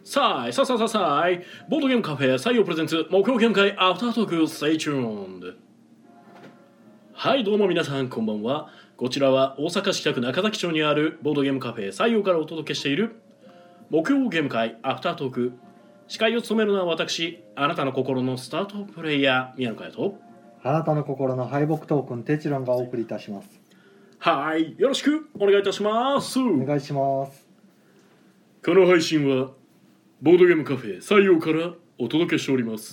さあボードゲームカフェ採用プレゼンツ木曜ゲーム会アフタートーク Stay tuned。 はいどうも皆さんこんばんは。こちらは大阪市北区中崎町にあるボードゲームカフェ採用からお届けしている木曜ゲーム会アフタートーク。司会を務めるのは私、あなたの心のスタートプレイヤー宮野佳代と、 あなたの心の敗北トークンテチロンがお送りいたします。 はいよろしくお願いいたします。 お願いします。 この配信はボードゲームカフェ採用からお届けしております。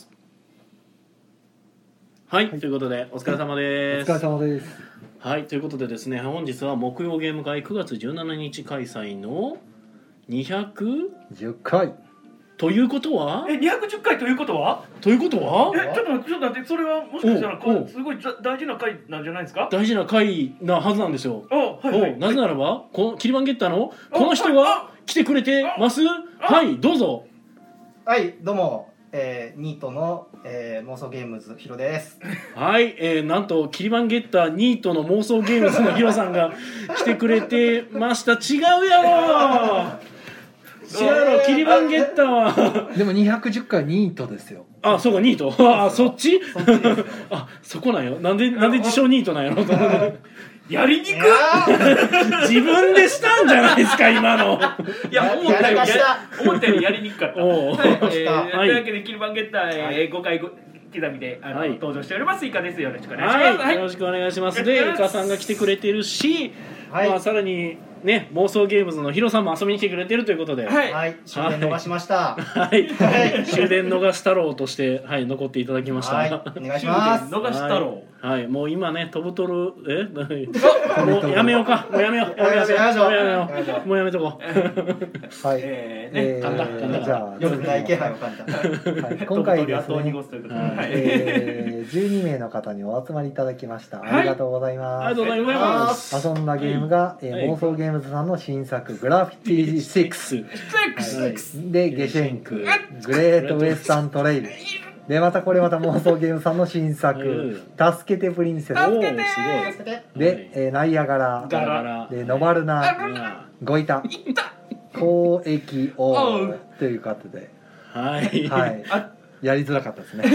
はい、ということでお疲れ様です。 お疲れ様です。 はい、ということでですね、本日は木曜ゲーム会9月17日開催の210 回ということは 210回ということはちょっと待ってそれはもしかしたらすごい大事な回なんじゃないですか。 大事な回なはずなんですよ。なぜならばこのキリバンゲッターのこの人が来てくれてます。はいどうぞ。 はいどうも、ニートの、妄想ゲームズヒロです。 はい、なんとキリバンゲッターニートの妄想ゲームズのヒロさんが来てくれてました。違うやろキリバンゲッターはでも210回ニートですよ。 あ、そうかニート。あ、そっちあ、そこなんよ。なんで自称ニートなんやろとやりにくい自分でしたんじゃないですか今の。 いや思ったよりやりにくかった。というわけでキリバンゲッター、5回刻みで登場しておりますイカです。よろしくお願いします。 よろしくお願いします。でイカさんが来てくれてるし、さらにね、妄想ゲームズのヒロさんも遊びに来てくれてるということで、 終電逃しました。 終電逃し太郎として、残っていただきました。 お願いします。 逃し太郎。 もう今ね、飛ぶとるもうやめようか。もうやめよう。もうやめとこう。 はい。じゃあ夜大気配を感じた。 今回ですね、12名の方にお集まりいただきました。ありがとうございます。 ありがとうございます。 遊んだゲームが妄想ゲームズさんの新作グラフィティ6でゲシェンクグレートウエスタントレイルで、またこれまた妄想ゲームさんの新作助けてプリンセスでナイアガラでノバルナゴイタ交易王ということで、やりづらかったですね。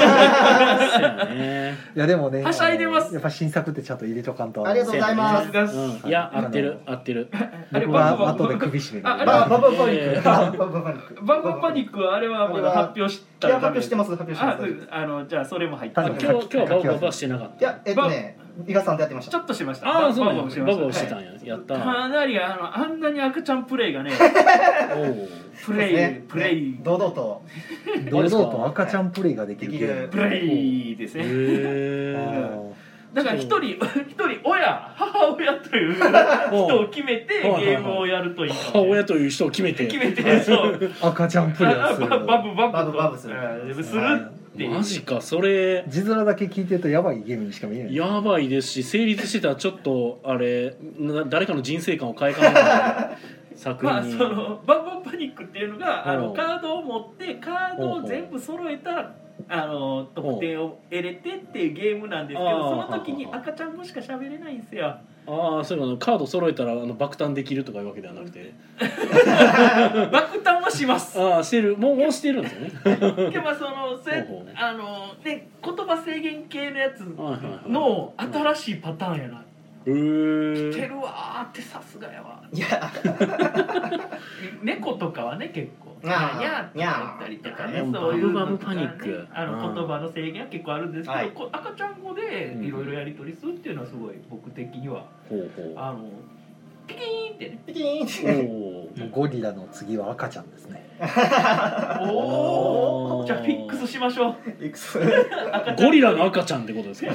いやでもね、 はしゃいでます。 やっぱ新作ってちゃんと入れとかんと。 ありがとうございます。 いや合ってる。 僕は後で首絞める。 バブパニック。 バブパニックはあれはまだ発表した。 発表してます。じゃあそれも入ってる。 今日はバブはしてなかった。 いや伊賀さんとやってました。 ちょっとしました。 ああそうなんや。バブしてたんや。やった。 かなりあんなに赤ちゃんプレイがね。プレイ堂々と赤ちゃんプレイができるプレイですね。だから一人母親という人を決めてゲームをやるといい。 母親という人を決めてそう赤ちゃんプレイをする。 バブするってマジか。それ字面だけ聞いてるとやばいゲームにしか見えない。 やばいですし、成立してたらちょっとあれ誰かの人生観を変えかねない作品に。 そのバブパニックっていうのがカードを持ってカードを全部揃えた得点を得れてっていうゲームなんですけど、その時に赤ちゃんもしか喋れないんですよ。 そういうのカード揃えたら爆誕できるとかいうわけではなくて爆誕はします。 してる。もうしてるんですよね。 でもその言葉制限系のやつの新しいパターンやな。来てるわーってさすがやわ。 いや猫とかはね結構ニャーって言ったりとかね、 そういうバブパニック言葉の制限は結構あるんですけど、赤ちゃん語でいろいろやり取りするっていうのはすごい僕的にはピキーンってね。 ピキーンってゴリラの次は赤ちゃんですね。 じゃあフィックスしましょう。 ゴリラの赤ちゃんってことですか。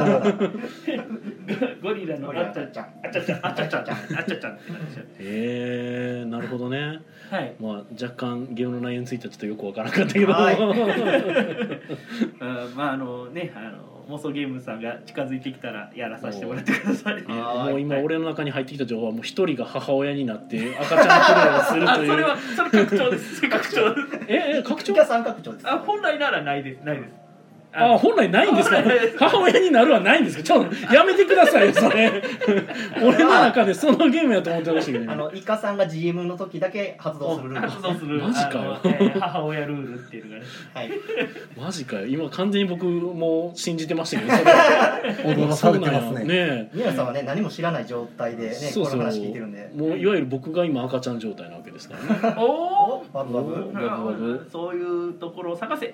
ゴリラの赤ちゃんってなっちゃう。なるほどね。若干ゲームの内容についてはちょっとよくわからなかったけど、 妄想ゲームさんが近づいてきたらやらさせてもらってください。 もう今俺の中に入ってきた情報はもう一人が母親になって赤ちゃんプレイをするという。 それ拡張です。拡張。 拡張？ イカさん拡張です。 本来ならないです。 本来ないんですか。母親になるはないんですか。ちょっとやめてくださいよそれ。俺の中でそのゲームやと思ってましたけど、 イカさんが GM の時だけ発動するルール。 発動するマジかよ母親ルールっていうのがね。 はい。 マジかよ。今完全に僕も信じてましたけど、それ驚されてますね。 ね。 宮さんはね何も知らない状態でねそうそう、 この話聞いてるんで。 もういわゆる僕が今赤ちゃん状態なわけですからね。 おバブバブ。 バブバブそういうところを探せ。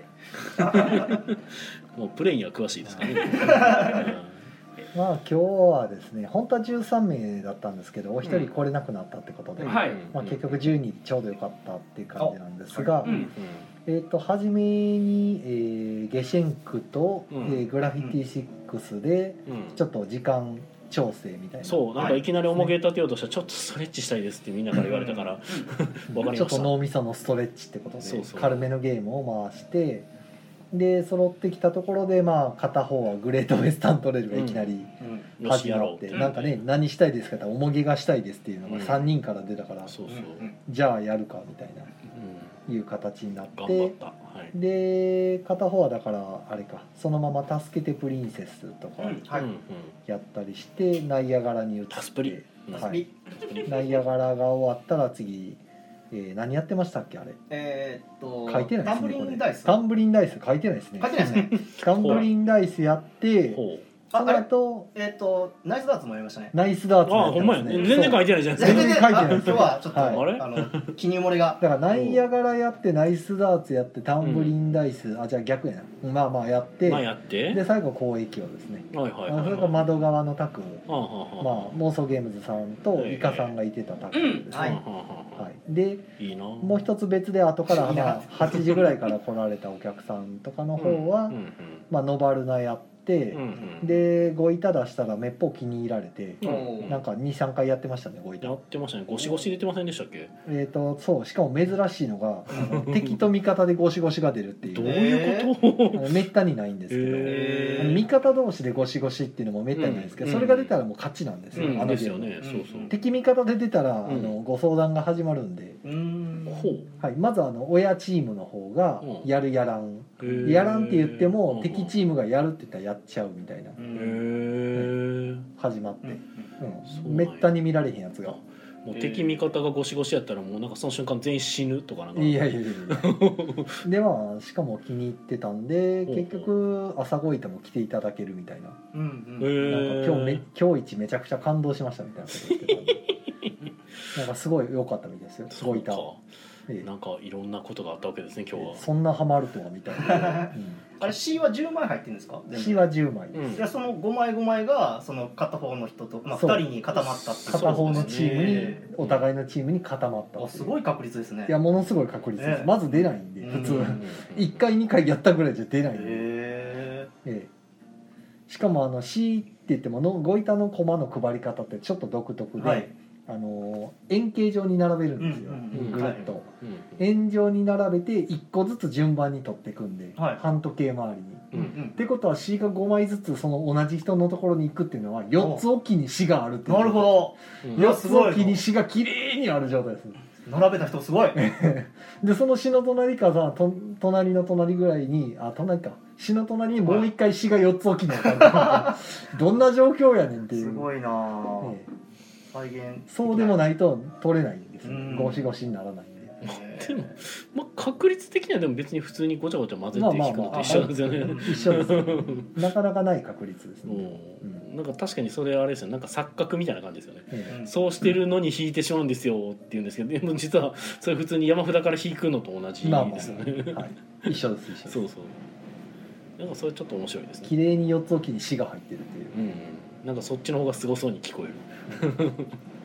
もうプレイには詳しいですからね。 まあ今日はですね本当は13名だったんですけどお一人来れなくなったってことで、 はいまあ、結局12でちょうどよかったっていう感じなんですが、 うん初めに、ゲシェンクと、 うんグラフィティ6でちょっと時間調整みたいな、 そうなんかいきなり重げ立てようとしたらちょっとストレッチしたいですってみんなから言われたからわかりちょっとました。 脳みそのストレッチってことでそうそう軽めのゲームを回してで揃ってきたところでまあ片方はグレートウェスタントレールがいきなりよし始まって、 やろうって。 なんかね何したいですかって重げがしたいですっていうのがうん 3人から出たから、 そうそう。 じゃあやるかみたいなうんいう形になっ頑張てった。はい。 で片方はだからあれかそのまま「助けてプリンセス」とかはい。 やったりしてナイアガラに移ってタスプリ。 はい、ナイアガラが終わったら次、何やってましたっけあれ書いてないですねタンブリンダイス。 タンブリンダイス書いてないですね書いてないですね。 タンブリンダイスやってほその後ナイスダーツもやりましたね。 ナイスダーう。 ツもああほんまや。 ってます全然書いてないじゃないですか。 全然書いてないです今日はちょっとはいあれ記入漏れが。 だからナイアガラやってナイスダーツやってタンブリンダイス、あじゃあ逆やなまあまあやって、 まあやって。 で最後交易をですね、 はいはいはい。 それが窓側のタク、 はあはあはあ。 まあ、妄想ゲームズさんとイカさんがいてたタクですね、 はいはあはあははい、であ。いいな。 もう一つ別で後から、まあ、8時ぐらいから来られたお客さんとかの方は、 うんまあ、ノバルナやって、 うんうん。 でご板出したらめっぽう気に入られて、 うんなんか23回やってましたねご板やってましたね。ゴシゴシ出てませんでしたっけ？ そうしかも珍しいのが敵と味方でゴシゴシが出るってどういういうこと？ めったにないんですけど、 へー味方同士でゴシゴシっていうのもめったにないんですけど、 うんそれが出たらもう勝ちなんですよ、 うんあのゲームですよね。そうそう。 敵味方で出たら、 んご相談が始まるんで、 ほう。 はい、まず親チームの方がうんやるやらん、 へーやらんって言っても、 うん敵チームがやるって言ったらやっちゃうみたいな、 へえ。 始まって、 そうなんやめったに見られへんやつが、 もう敵味方がゴシゴシやったらもうなんかその瞬間全員死ぬとかなんか。 いやいやいやいやでまあしかも気に入ってたんで結局朝ごいたも来ていただけるみたいな、 へなんーか今日一めちゃくちゃ感動しましたみたいなこと言ってたんでなんかすごい良かったみたいですよそうかごいた、ええなんかいろんなことがあったわけですね今日は。 そんなハマるとはみたいな、 あれ C は10枚入ってるんですか？ C は10枚です、 うんいやその5枚5枚がその片方の人と、まあ、 そう 2人に固まったっていう。 片方のチームに、 ねお互いのチームに固まったっていうあすごい確率ですね。 いやものすごい確率です、 ねまず出ないんで普通、 うん 1回2回やったぐらいじゃ出ないんで、 へええしかもC って言ってもご板の駒の配り方ってちょっと独特で、 はい円形状に並べるんですよ、 うんぐるっと、 うん円状に並べて1個ずつ順番に取っていくんで、 はい半時計回りに。 うんうんってことは C が5枚ずつその同じ人のところに行くっていうのは4つおきに C があるっていうなるほど。 うん 4つおきに C がきれいにある状態です並べた人すごい。 でその死の隣かさ隣の隣ぐらいに隣か死の隣にもう一回死が4つ置きのどんな状況やねんっていうすごいなぁ。 ええ再現。 そうでもないと取れないんですようんゴシゴシにならないんでへーでも、まあ、確率的にはでも別に普通にごちゃごちゃ混ぜて引くのと一緒なんですよね。 一緒ですなかなかない確率ですね、 うんなんか確かにそれあれですよなんか錯覚みたいな感じですよね。 ええそうしてるのに引いてしまうんですよって言うんですけどでも実はそれ普通に山札から引くのと同じまあまですよね。 あ、はい、一緒です一緒ですそうそう。なんかそれちょっと面白いですね。 綺麗に4つ置きに死が入ってるっていううん。なんかそっちの方がすごそうに聞こえる。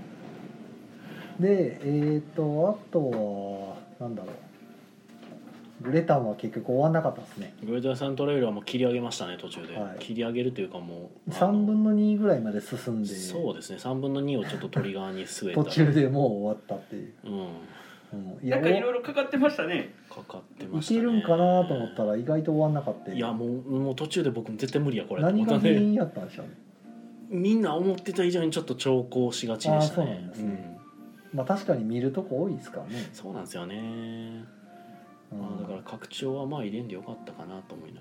であとはなんだろうグレタンは結局終わんなかったですねグレタさんトレイルはもう切り上げましたね途中で、 はい切り上げるというかもう 3分の2ぐらいまで進んでそうですね3分の2をちょっとトリガーに据えた途中でもう終わったっていう、 うんうん、いやなんかいろいろかかってましたね。 かかってまいしたねけるんかなと思ったら意外と終わんなかったいやもう途中で僕絶対無理やこれと思何ったんでが原因やったんでしょうねみんな思ってた以上にちょっと長考しがちでしたねあーそうなんですねまあ確かに見るとこ多いですからね、 そうなんですよね、 うんまあ、だから拡張はまあ入れんでよかったかなと思いながら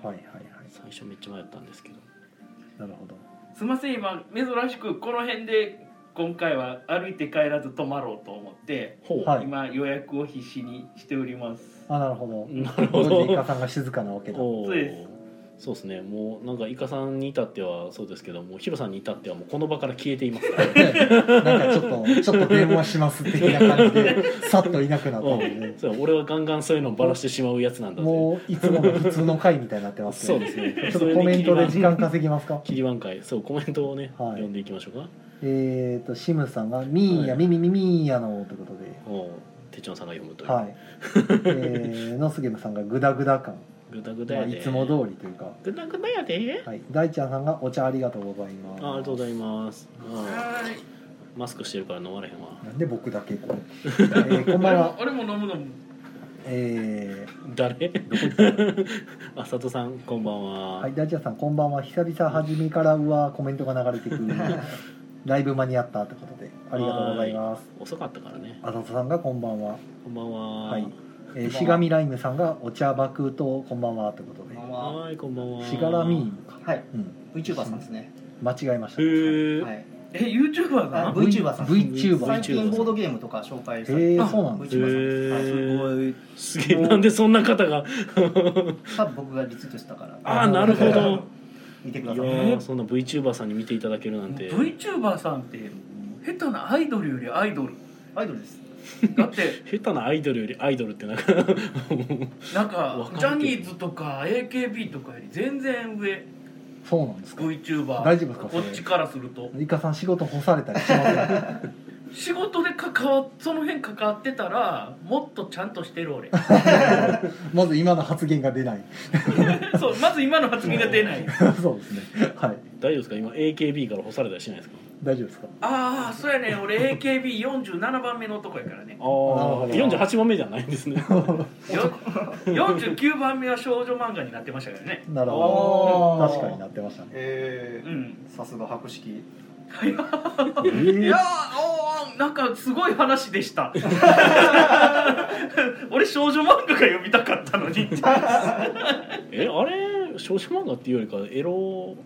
はいはいはい。 最初めっちゃ迷ったんですけど。 なるほど。 すいません、今珍しくこの辺で今回は歩いて帰らず泊まろうと思ってほう、 はい今予約を必死にしております。 あ、なるほど。 なるほどゴジイカさんが静かなわけだ。 おーそうですそうですね。もうなんかイカさんに至ってはそうですけども、ヒロさんに至ってはもうこの場から消えていますからね。 なんかちょっと電話します的な感じでさっといなくなったんでね。 そう、俺はガンガンそういうのをバラしてしまうやつなんだぜ。 もういつもの普通の回みたいになってますね。 そうですね。 ちょっとコメントで時間稼ぎますか。 切り挽回、そうコメントをね、 はい読んでいきましょうか。 シムさんがミーヤ、ミミミミーヤのということで、 おてっちゃんさんが読むという。 はい。ノスゲムさんがグダグダ感、 グダグダまあ、 やで。 いつも通りというか、 グダグダやで。 はい。大ちゃんさんがお茶ありがとうございます。 ありがとうございます。 はマスクしてるから飲まれへんわ。 なんで僕だけこれ、こんばんは。 俺も飲むのも。 誰？ どこ行ったあ、佐藤さんこんばんは。 はい、大ちゃんさんこんばんは。久々初めからコメントが流れてくる。ライブ間に合ったということでありがとうございます。 遅かったからね。 あさとさんがこんばんは。 こんばんは。 はい。しがみライムさんがお茶爆とこんばんはということで。 はいこんばんは。 しがらみームか。 はいうん。 VTuber さんですね。 間違えました。 へえ。 はい YouTuber だな。 VTuber さん VTuber 最近ボードゲームとか紹介されてそうなんですね。 VTuber さんですはいすごい。 すげえ、なんでそんな方が。 多分僕がリツイートしたからああ、なるほど。いや見てください。 ー、そんな VTuber さんに見ていただけるなんて。 VTuber さんって下手なアイドルよりアイドル。 アイドルです。 だって下手なアイドルよりアイドルってなんかなんかわかるけどジャニーズとか AKB とかより全然上。 そうなんですか。 VTuber 大丈夫ですかこっちからするとイカさん仕事干されたりしますか。 仕事でその辺関わってたらもっとちゃんとしてる俺まず今の発言が出ない。 そうまず今の発言が出ないそうですね。はい。 大丈夫ですか？今 AKB から干されたりしないですか？ 大丈夫ですか。 ああそうやね俺 AKB47 番目の男やからねああ、48番目じゃないんですね。 49番目は少女漫画になってましたからねなるほど。 あー確かになってましたね。 うんさすが博識。 いやなんかすごい話でした俺少女漫画が読みたかったのにあれ少女漫画っていうよりかエロ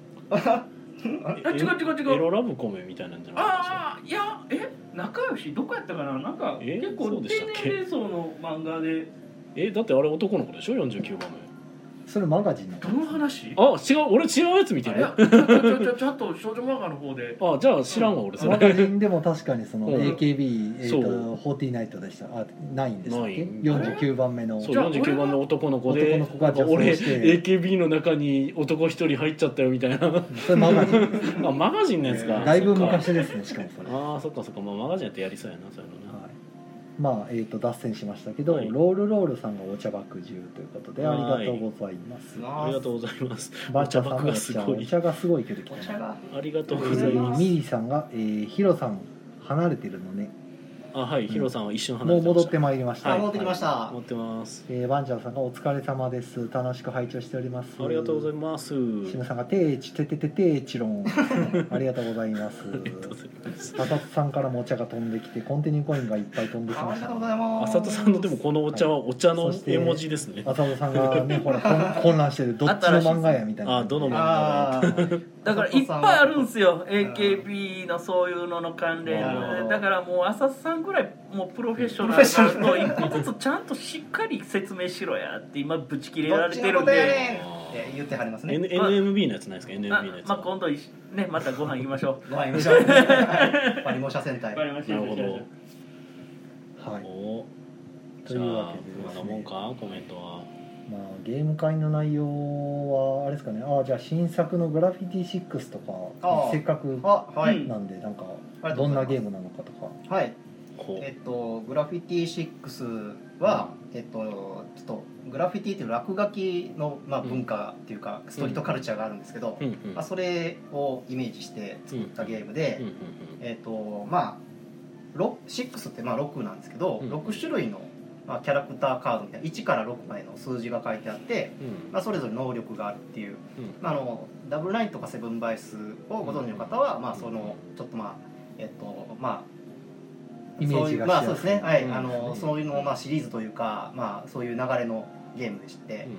違うエロラブコメみたいなんじゃないああいや仲良しどこやったかななんか結構そうでしたっけ低年齢層の漫画でだってあれ男の子でしょ49番それマガジンの。 どの話目。あ、違う、俺違うやつ見てる。 いやちゃんと少女漫画の方であ、じゃあ知らんわ俺そマガジれ。 ンでも確かにそのうん AKB そう 40ナイトでした。あ、9でしたっけ 9 ？49番目の。 そうじゃあ 49番の男の子で、 男の子が女装俺して AKB の中に男一人入っちゃったよみたいな。 それマガジン。 あ、マガジンのやつか。 だいぶそっか昔ですね。しかもそれ。 ああ、そっかそっか、まあマガジンやってやりそうやなそういうのな。 はい。まあ脱線しましたけど、 はいロールさんがお茶爆10ということでありがとうございます。 ありがとうございます。 バーチャーさんもお茶爆がすごい。 お茶がすごいけど来たね。 お茶がありがとうございます。 ミリさんが、ヒロさん離れてるのね。 あ、はい、ヒロさんは一瞬離れてました。 もう戻ってまいりました。 戻ってきました。 持ってます。 バンチャーさんがお疲れ様です。楽しく拝聴しております。 ありがとうございまます。 シムさんがテーチテテテテーチロン。ありがとうございます。 ありがとうございます。 浅田さんからもお茶が飛んできてコンティニューコインがいっぱい飛んできましたありがとうございます。 浅田さんのでもこのお茶はお茶のそして絵文字ですね。 浅田さんがねほら混乱してるどっちの漫画やみたいな。 あ、どの漫画あーだからいっぱいあるんすよ AKB のそういうのの関連なるほどだからもう浅田さんぐらいもうプロフェッショナルになると一個ずつちゃんとしっかり説明しろやって今ぶち切れられてるんどっちのことやでねんって言ってはりますね。 NMB のやつないですか？ NMB のやつ。 まあ今度ねまたご飯行きましょうご飯行きましょう。パリモ社戦隊。 わかりましたなるほど。 はい。 おとじゃあいうわけでこんなもんかコメントは。 まあゲーム会の内容はあれですかね。じゃあ新作のグラフィティ6とかせっかくあ、はい。 なんでなんかありがとうございますどんなゲームなのかとか。 はい。 ほう。 グラフィティ6は、ちょっとグラフィティっていう落書きの、まあ、文化っていうか、ストリートカルチャーがあるんですけど、 うんうん。 まあ、それをイメージして作ったゲームでうん、うんまあ6ってまあ6なんですけど、 うん 6種類の、まあ、キャラクターカードみたいな1から6までの数字が書いてあって、 うん。 まあ、それぞれ能力があるっていう、 うんまあ、ダブルナインとかセブンバイスをご存知の方は、まあ、そのちょっとまあイメージがまあしやすい。 そうですね、はい、 うんそういうのをまあシリーズというか、まあ、そういう流れのゲームでして、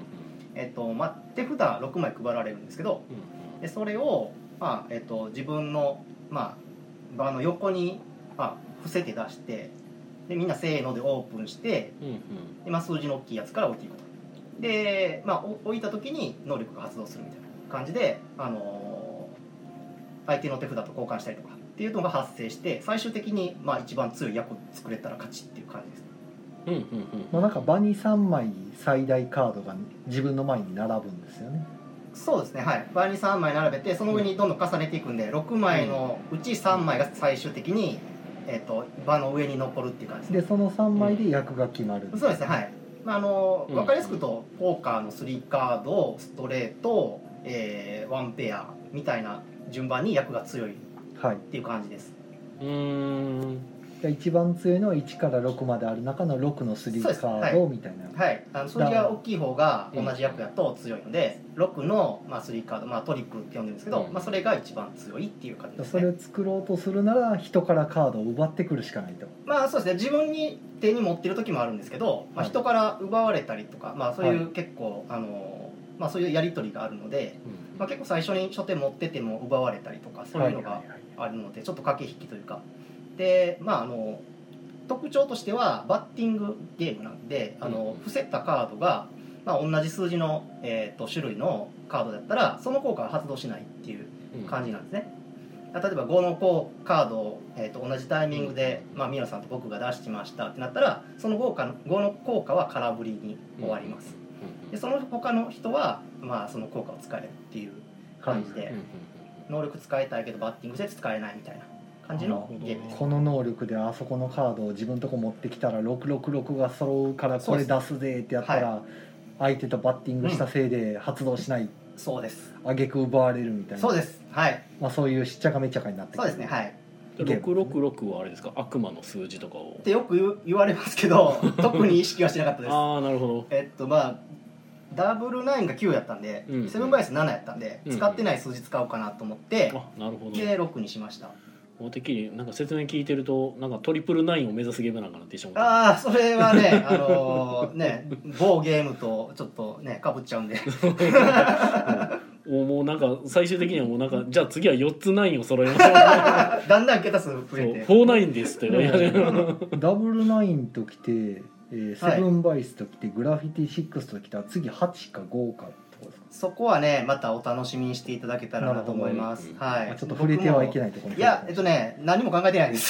手札6枚配られるんですけど、でそれを、自分の、場の横に、伏せて出して、でみんなせーのでオープンして、で数字の大きいやつから置いていくと。で、置いた時に能力が発動するみたいな感じで、相手の手札と交換したりとかっていうのが発生して、最終的に一番強い役を作れたら勝ちっていう感じです。 なんか場に3枚最大カードが自分の前に並ぶんですよね。 そうですね、はい。場に3枚並べて、その上にどんどん重ねていくんで、6枚のうち3枚が最終的に、場の上に残るっていう感じです。 でその3枚で役が決まる、 そうですね、はい。分かりやすく言うと、ポーカーの3カード、ストレート、ワンペアみたいな順番に役が強いっていう感じです。 一番強いのは1から6まである中の6の3カードみたいな。 はい、数字が大きい方が同じ役やと強いので、6の3カード、トリプルって呼んでるんですけど、それが一番強いっていう感じですね。 それを作ろうとするなら人からカードを奪ってくるしかないと。 そうですね、自分に手に持ってる時もあるんですけど、人から奪われたりとか、そういう結構、そういうやり取りがあるので、結構最初に初手持ってても奪われたりとかそういうのがあるので、ちょっと駆け引きというかで、特徴としてはバッティングゲームなんで、伏せたカードが、同じ数字の、種類のカードだったらその効果は発動しないっていう感じなんですね。例えば5のカードを、同じタイミングで、宮野さんと僕が出しましたってなったら、その5の効果は空振りに終わります。でその他の人は、その効果を使えるっていう感じで、能力使いたいけどバッティングで使えないみたいな感じのゲームです。 この能力であそこのカードを自分のとこ持ってきたら666が揃うからこれ出すぜってやったら、相手とバッティングしたせいで発動しない、 そうです。 挙句奪われるみたいな。 そうです、はい。 そういうしっちゃかめっちゃかになってくる。 そうですね、はい。 666はあれですか、悪魔の数字とかをってよく言われますけど特に意識はしなかったです。 ああ、なるほど。 ダブル9が9やったんで、セブンバイス7やったんで、使ってない数字使おうかなと思って、 なるほど。 で6にしました。 てっきりなんか説明聞いてるとなんかトリプル9を目指すゲームなんかなって一緒に思って。それはね某ゲームとちょっとねかぶっちゃうんでもうなんか最終的にはもうなんかじゃあ次は4つ9を揃えましょうだんだん桁数増えて 49ですってダブル9ときて、セブンバイスときて、グラフィティ6ときたら次8か5かってことですか。 そこはねまたお楽しみにしていただけたらなと思います。はい。 ちょっと触れてはいけないところ。 いや何も考えてないです。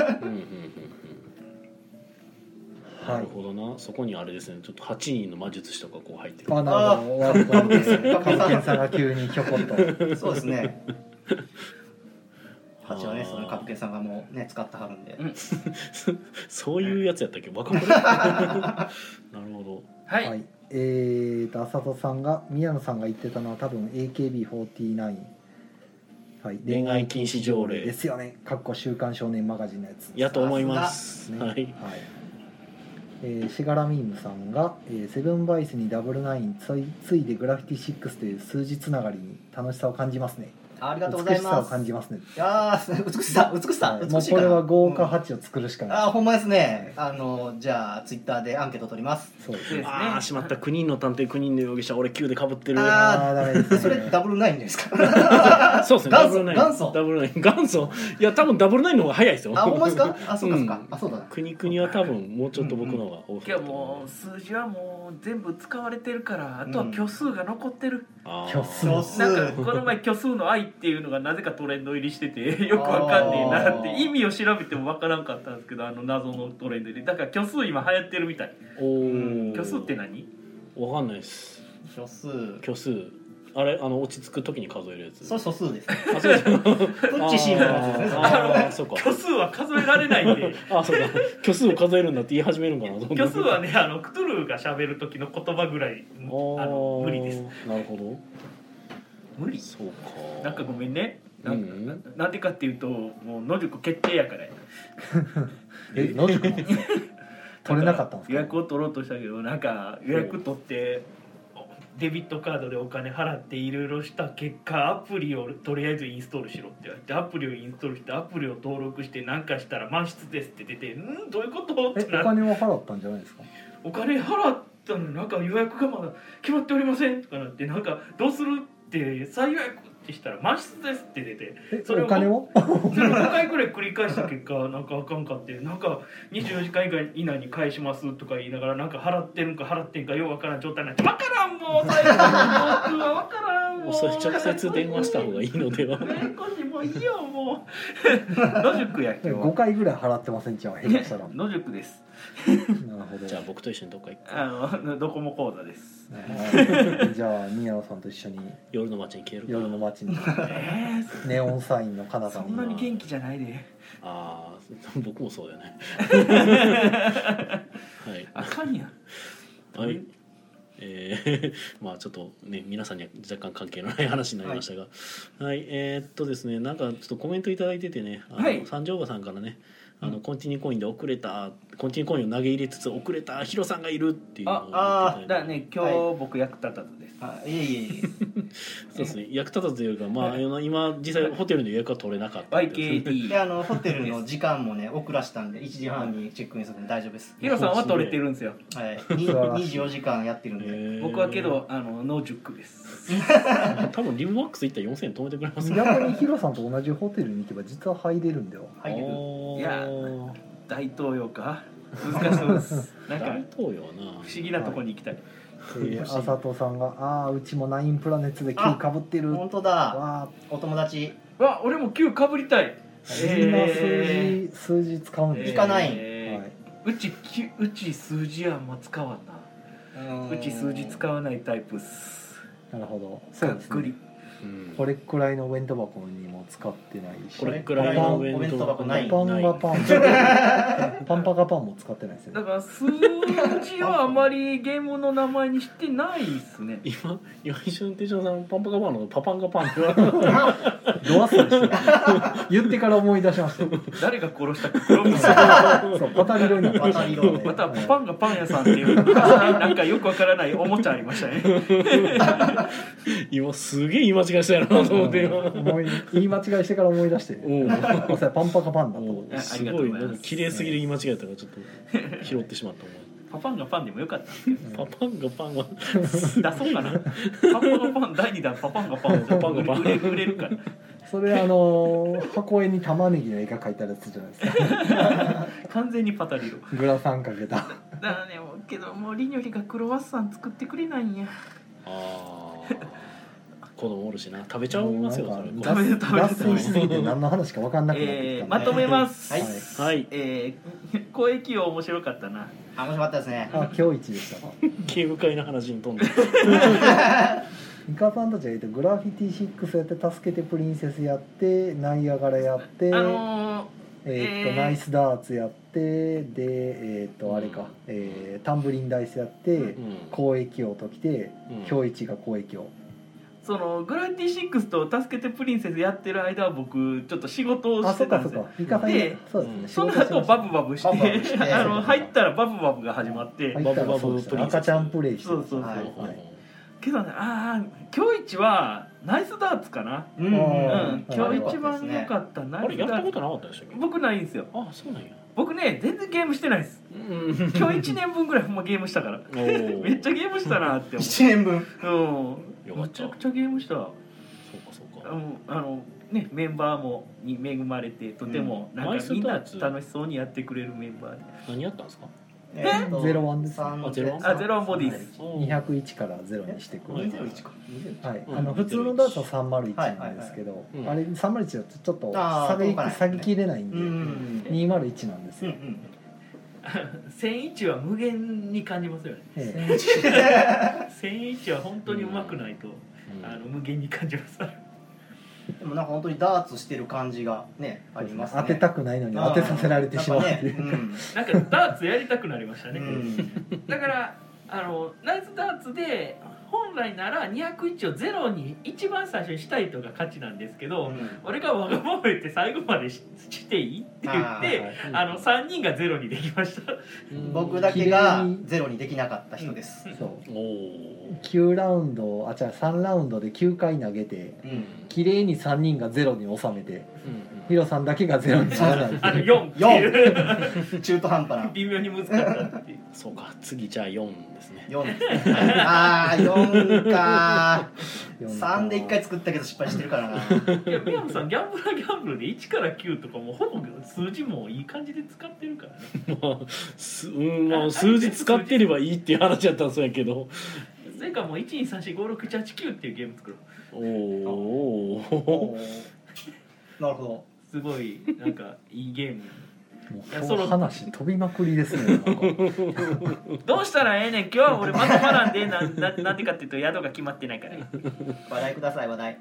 なるほどな。そこにあれですね、ちょっと8人の魔術師とかこう入ってる。 なるほど。ワールドカップさんが急にひょこっと。 そうですね。8はね、そのカプケンさんがもうね使ってはるんで。 そういうやつやったっけ、わかんない。なるほど。 はい。 浅田さんが宮野さんが言ってたのは多分 AKB49。はい、 恋愛禁止条例ですよね。週刊少年マガジンのやつ。 やと思います。 ね、はい。しがらみーむさんが、セブンバイスにダブル9ついでグラフィティ6という数字つながりに楽しさを感じますね。 ありがとうございます。 美しさを感じますね。 いや美しさ、美しさ、 もうこれは5か8を作るしかない。 ほんまですね。じゃあツイッターでアンケート取ります。 そうですね。 しまった。9人の探偵9人の容疑者、俺9で被ってる。 ダメですね。 それダブル9じゃないですか。 そうですね。ダブル9。ダブル9。元祖。いや多分ダブル9の方が早いですよ。 ほんまですか。そうかそうか。そうだな。 国は多分もうちょっと僕の方が多い。 いやもう数字はもう全部使われてるから、あとは虚数が残ってる。 虚数。 なんかこの前虚数の愛っていうのがなぜかトレンド入りしててよくわかんねえなって意味を調べてもわからんかったんですけど、謎のトレンドで、だから虚数今流行ってるみたい。虚数って何？ わかんないです。 虚数あれ落ち着く時に数えるやつ。 そう素数です。 そうです。プッチシーンのやつですね。 そうか。虚数は数えられないんで。 そうか。虚数を数えるんだって言い始めるんかな。 虚数はねクトゥルーが喋る時の言葉ぐらい無理です。 なるほど。 無理。 そうか。 なんかごめんね。なんでかっていうともう野宿決定やからや。 野宿取れなかったんですか。 予約を取ろうとしたけど、なんか予約取ってデビットカードでお金払っていろいろした結果、アプリをとりあえずインストールしろって言われて、アプリをインストールしてアプリを登録して何かしたら満室ですって出て、どういうことってお金は払ったんじゃないですか。 お金払っったのになんか予約がまだ決まっておりませんとかなって、なんかどうするって再予約ってしたら満室ですって出て、それをお金をそれを5回くらい繰り返した結果なんかあかんかって、なんか24時間以内に返しますとか言いながら、なんか払ってるんか払ってんかようわからん状態になって、わからんもう最後の僕はわからんもうそれ直接電話した方がいいのでは。 ややこしいもういいよもう野宿や今日 5回ぐらい払ってませんじゃん下手したら。 野宿です。 なるほど。 じゃあ僕と一緒にどっか行く。 ドコモ口座です。 じゃあ宮野さんと一緒に夜の街に消えるか。 夜の街にネオンサインの彼方に。 そんなに元気じゃないで。 ああ、僕もそうだよね。はい。 あかんやん。 はい。まあちょっとね皆さんには若干関係のない話になりましたが、はい、ですね、なんかちょっとコメントいただいててね、三条馬さんからね、コンティニューコインで遅れた、コンティニューコインを投げ入れつつ遅れたヒロさんがいるっていうのを言ってただからね、今日僕役立たずです。 いえいえいえそうですね、役立たずというか、まあ今実際ホテルの予約は取れなかった YKT でホテルの時間もね遅らしたんで1時半にチェックインするんで大丈夫です。 ヒロさんは取れてるんですよ。 はい24時間やってるんで。 僕はけど野宿です。 多分リブマックス行ったら4000円止めてくれますね。 逆にヒロさんと同じホテルに行けば実は入れるんだよ。 入れる。 いや大東洋か難しそうです。なんか大東洋な不思議なとこに行きたい。 あさとさんがうちもナインプラネッツで9かぶってる。 本当だ。お友達。 俺も9かぶりたい。 みんな数字使うんですか。いかない。 うち数字はあんま使わんな。うち数字使わないタイプっす。 なるほど。そうですね。これくらいのお弁当箱にも使ってないし、 これくらいのお弁当箱ない。 パンがパンパンパカパンも使ってないですよね。 だから数字はあまりゲームの名前にしてないっすね。 今一瞬手錠さんパンパカパンのパパンガパンってド忘れして言ってから思い出しました。 誰が殺したか黒みそうパタリロになった。 またパンがパン屋さんっていうなんかよくわからないおもちゃありましたね。 今すげえ言い間違いしたやろなと思って言い間違いしてから思い出してパンパカパンだとすごいなんか綺麗すぎる言い間違いだったからちょっと拾ってしまった。 パパンがパンでもよかったんですけど、 パパンがパンは出そうかな。パパがパン第2弾パパンがパン売れるから。 それ箱絵に玉ねぎの絵が描いたやつじゃないですか。 完全にパタリログラサンかけた。 だからね、けどもうリニョリがクロワッサン作ってくれないんや。 子供おるしな、食べちゃいますよ。 脱線しすぎて何の話か分かんなくなってきた。 まとめます。 はい。 公益王面白かったな。 面白かったですね。 今日一でした。 ゲーム会の話に飛んで。 イカさんたちが言うとグラフィティ6やって助けてプリンセスやってナイアガラやってナイスダーツやってであれかタンブリンダイスやって交易王ときて今日一が交易王。 そのグラフィティ6と助けてプリンセスやってる間は僕ちょっと仕事をしてたんですよ。でその後バブバブして入ったらバブバブが始まってバブバブ赤ちゃんプレイして。 そうけどね、今日一はナイスダーツかな。今日一番良かったナイスダーツ。 あれやったことなかったでしたっけ？ 僕ないんですよ。 あ、そうなんや。 僕ね全然ゲームしてないです。今日1年分ぐらいもゲームしたからめっちゃゲームしたなって思う。 1年分めちゃくちゃゲームした。 そうかね、メンバーもに恵まれてとてもなんかみんな楽しそうにやってくれるメンバーで。 何やったんですか ？01です。 01ボディです。 201から0にしてくる。 201か。 はい。普通のダーツは301なんですけど、あれ301だとちょっと下げきれないんで201なんですよ。 1001は無限に感じますよね。1001は本当に上手くないと無限に感じます。 でもなんか本当にダーツしてる感じがねありますね。 当てたくないのに当てさせられてしまうっていう。 なんかダーツやりたくなりましたね。だからナイスダーツで本来なら201を0に一番最初にしたいとが勝ちなんですけど、俺がわがまま言って最後までしていいって言って3人が0にできました。 僕だけが0にできなかった人です。 そう9ラウンド3ラウンドで9回投げて綺麗に3人が0に収めてヒロさんだけがゼロにならない 4っていう中途半端な微妙に難かったっていうそうか次じゃあ4ですね。 4ですね。ああ4か 4 3で1回作ったけど失敗してるからな。 いや宮野さんギャンブラーギャンブルで1から9とかもほぼ数字もいい感じで使ってるからね。 まあ数字使ってればいいっていう話やったんそうやけど、 それかもう123456789っていうゲーム作ろう。 おなるほど。 すごいなんかいいゲーム。 もう今日話飛びまくりですね。 どうしたらええねん今日は俺まとまらんでなんでかっていうと宿が決まってないから。 話題ください話題。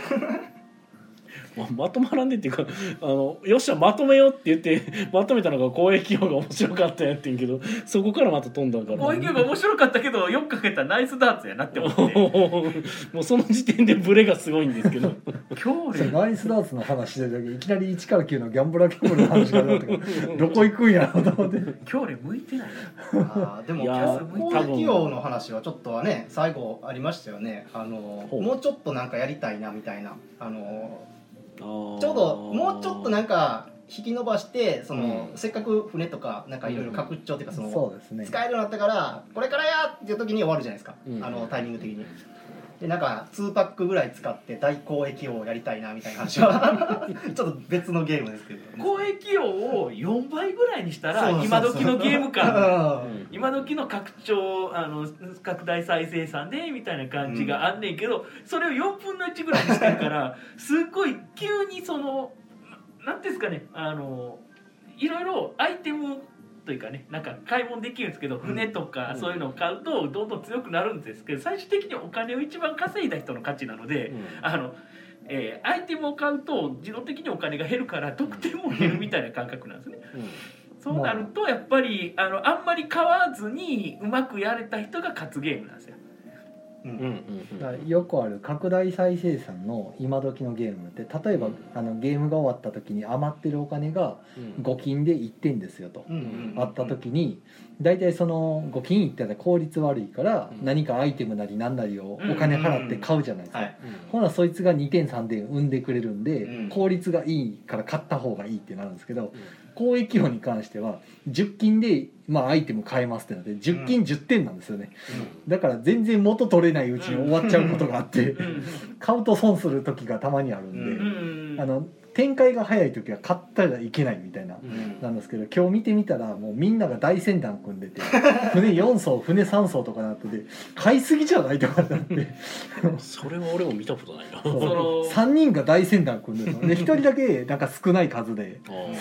まとまらんでっていうかよっしゃまとめようって言ってまとめたのが公益用が面白かったんやってんけど、そこからまた飛んだから公益が面白かったけどよくかけたらナイスダーツやなって思ってもうその時点でブレがすごいんですけど今日俺ナイスダーツの話してる時いきなり1から9のギャンブラーギャンブルの話が出てからどこ行くんやろうと思って今日俺向いてないでもいや公益用の話はちょっとはね最後ありましたよね。もうちょっとなんかやりたいなみたいなちょうどもうちょっとなんか引き伸ばしてせっかく船とかなんかいろいろ拡張っていうかそうですね、 使えるようになったからこれからやっていう時に終わるじゃないですか、 うんタイミング的に。でなんか2パックぐらい使って大公益王をやりたいなみたいな話はちょっと別のゲームですけど、 公益用を4倍ぐらいにしたらそうそうそう今時のゲーム感うん今時の拡張拡大再生産でみたいな感じがあんねんけど、それを4分の1ぐらいにしてるからすっごい急になんていうんですかねいろいろアイテムというかねなんか買い物できるんですけど、船とかそういうのを買うとどんどん強くなるんですけど、最終的にお金を一番稼いだ人の価値なので、アイテムを買うと自動的にお金が減るから得点も減るみたいな感覚なんですね。そうなるとやっぱりあんまり買わずにうまくやれた人が勝つゲームなんですよ。 だからよくある拡大再生産の今時のゲームって例えばゲームが終わった時に余ってるお金が5金で1点ですよとあった時に大体その5金いったら効率悪いから何かアイテムなり何なりをお金払って買うじゃないですか。ほなそいつが2点3点生んでくれるんで効率がいいから買った方がいいってなるんですけど、公益用に関しては10金でアイテム買えますってなって10金10点なんですよね。だから全然元取れないうちに終わっちゃうことがあって買うと損する時がたまにあるんで、展開が早い時は買ったらいけないみたいななんですけど、今日見てみたらもうみんなが大船団組んでて船4艘船3艘とかなってて買いすぎじゃないとかなってそれは俺も見たことないな 3人が大船団組んでるので1人だけなんか少ない数で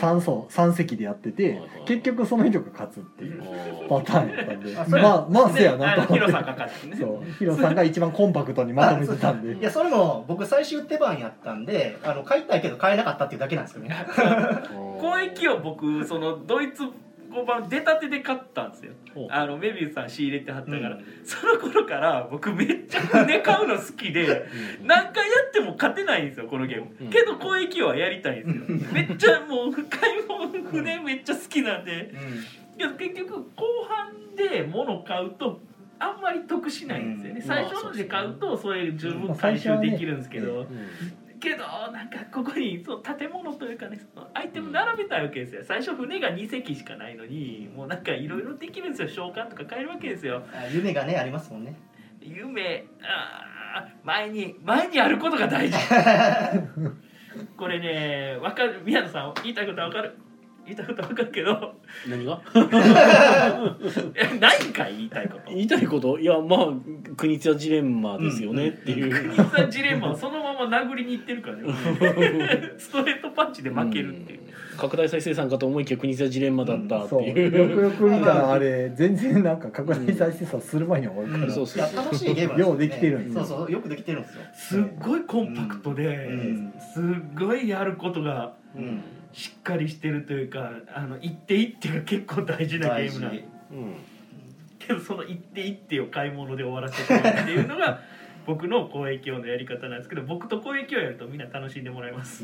3隻でやってて結局その人が勝つっていうパターンやったんでまあせやなと思ってヒロさんが勝ってね。 そうヒロさんが一番コンパクトにまとめてたんでいやそれも僕最終手番やったんで買いたいけど買えなかったっていうだけなんですけどね。 公益を僕ドイツ語版出たてで買ったんですよ。メビウスさん仕入れてはったから、その頃から僕めっちゃ船買うの好きで何回やっても勝てないんですよこのゲーム、けど公益はやりたいんですよ。めっちゃもう買い物船めっちゃ好きなんで、いや結局後半で物買うとあんまり得しないんですよね。最初ので買うとそれ十分回収できるんですけど、けどなんかここに建物というかねアイテム並べたいわけですよ。最初船が2隻しかないのにもうなんかいろいろできるんですよ。召喚とか買えるわけですよ。 夢がねありますもんね。 前にあることが大事これね分かる。宮野さん言いたいことは分かる。言いたいことは分かるけど何がないんかい言いたいこと。 言いたいこといや国津屋ジレンマですよねっていう、 国津屋ジレンマをそのまま殴りにいってるからねストレートパンチで負けるっていう、 拡大再生産かと思いきや国津屋ジレンマだったっていう、 そうよくよく見たらあれ全然なんか拡大再生産する前に終わるから、 そうそういや楽しいゲームなんですよね。 ようできてるんですよ。 そうよくできてるんですよ。 すっごいコンパクトで、すっごいやることがしっかりしてるというか一手一手が結構大事なゲームなんで、けどその一手一手を買い物で終わらせてるっていうのが僕の公益用のやり方なんですけど、僕と公益をやるとみんな楽しんでもらえます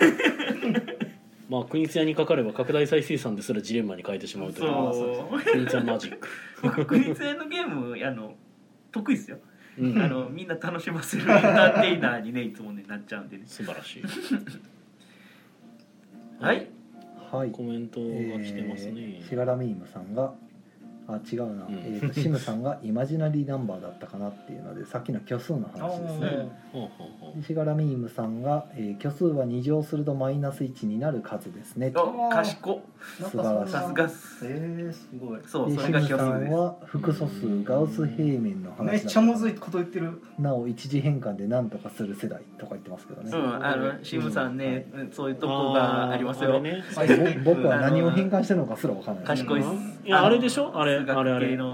国津屋にかかれば拡大再生産ですらジレンマに変えてしまうというそう国津屋マジック僕国津屋のゲーム得意ですよ、みんな楽しませるエンターテイナーにねいつもねなっちゃうんでね。 素晴らしいはいはい、 コメントが来てますね。 しがらみーむさんが違うな、シムさんがイマジナリーナンバーだったかなっていうので、さっきの虚数の話ですね。しがらみーむさんが、虚数は2乗するとマイナス1になる数ですね。 賢素晴らしい。 さすがすごい。 そう、そシムされが虚数です。 んは複素数ガウス平面の話だめっちゃむずいこと言ってる。 なお一次変換で何とかする世代とか言ってますけどね。 シムさんね、そういうとこがありますよ。 僕は何を変換してるのかすら分からない。 賢いっす。 いやあれでしょ、あれね、 あれで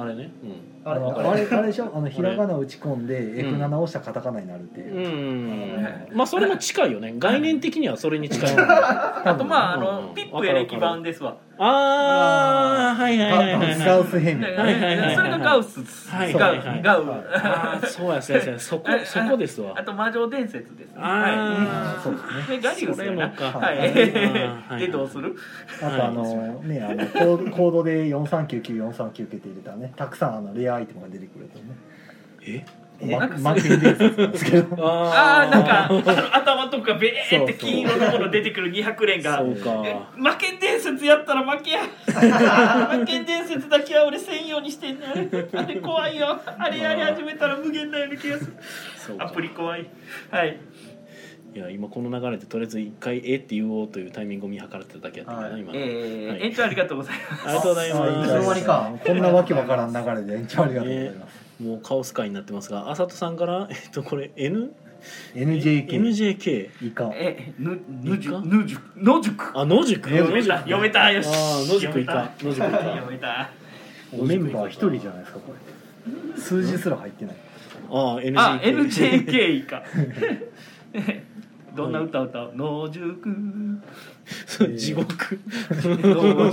しょ、ひらがな打ち込んで F7 押したカタカナになるっていう。 まあそれも近いよね。概念的にはそれに近い。 あとまあピップエレキ版ですわ。 はいガウス平面。 それがガウス。ガウ。 そうやそこですわ。 あと魔女伝説ですね。 そうですね。 ガリウスやな。でどうする？ あとコードで4399って入れたらね、たくさんレアアイテムが出てくるとね。魔剣伝説なんですけど。 なんか頭とかベーって金色のもの出てくる200連が。魔剣伝説やったら負けや。魔剣伝説だけは俺専用にしてんねん。あれ怖いよ。あれやり始めたら無限なような気がする。アプリ怖い。はい。 いや今この流れでとりあえず一回って言おうというタイミングを見計らってただけやったけど今。 延長ありがとうございます。 ありがとうございます。 いつの間にかこんなわけわからん流れで延長ありがとうございます。 もうカオス会になってますが、あさとさんからこれ NJK 以下野宿読めたよし野宿以下読めた。 メンバー一人じゃないですかこれ。数字すら入ってない。 NJK 以下。どんな歌歌う？野宿地獄野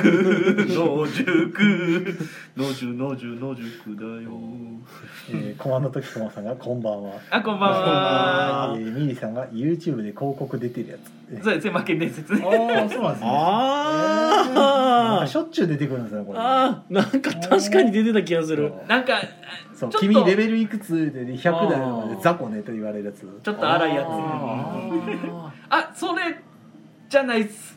宿だよ。 コマの時コマさんがこんばんは。 こんばんは。 ミリさんが YouTube で広告出てるやつ。 そうですね、魔剣伝説ね。 そうなんですね。 しょっちゅう出てくるんですよこれ。 なんか確かに出てた気がする。 なんか君レベルいくつで100台まで雑魚ねと言われるやつ。 ちょっと荒いやつ。それじゃないっす。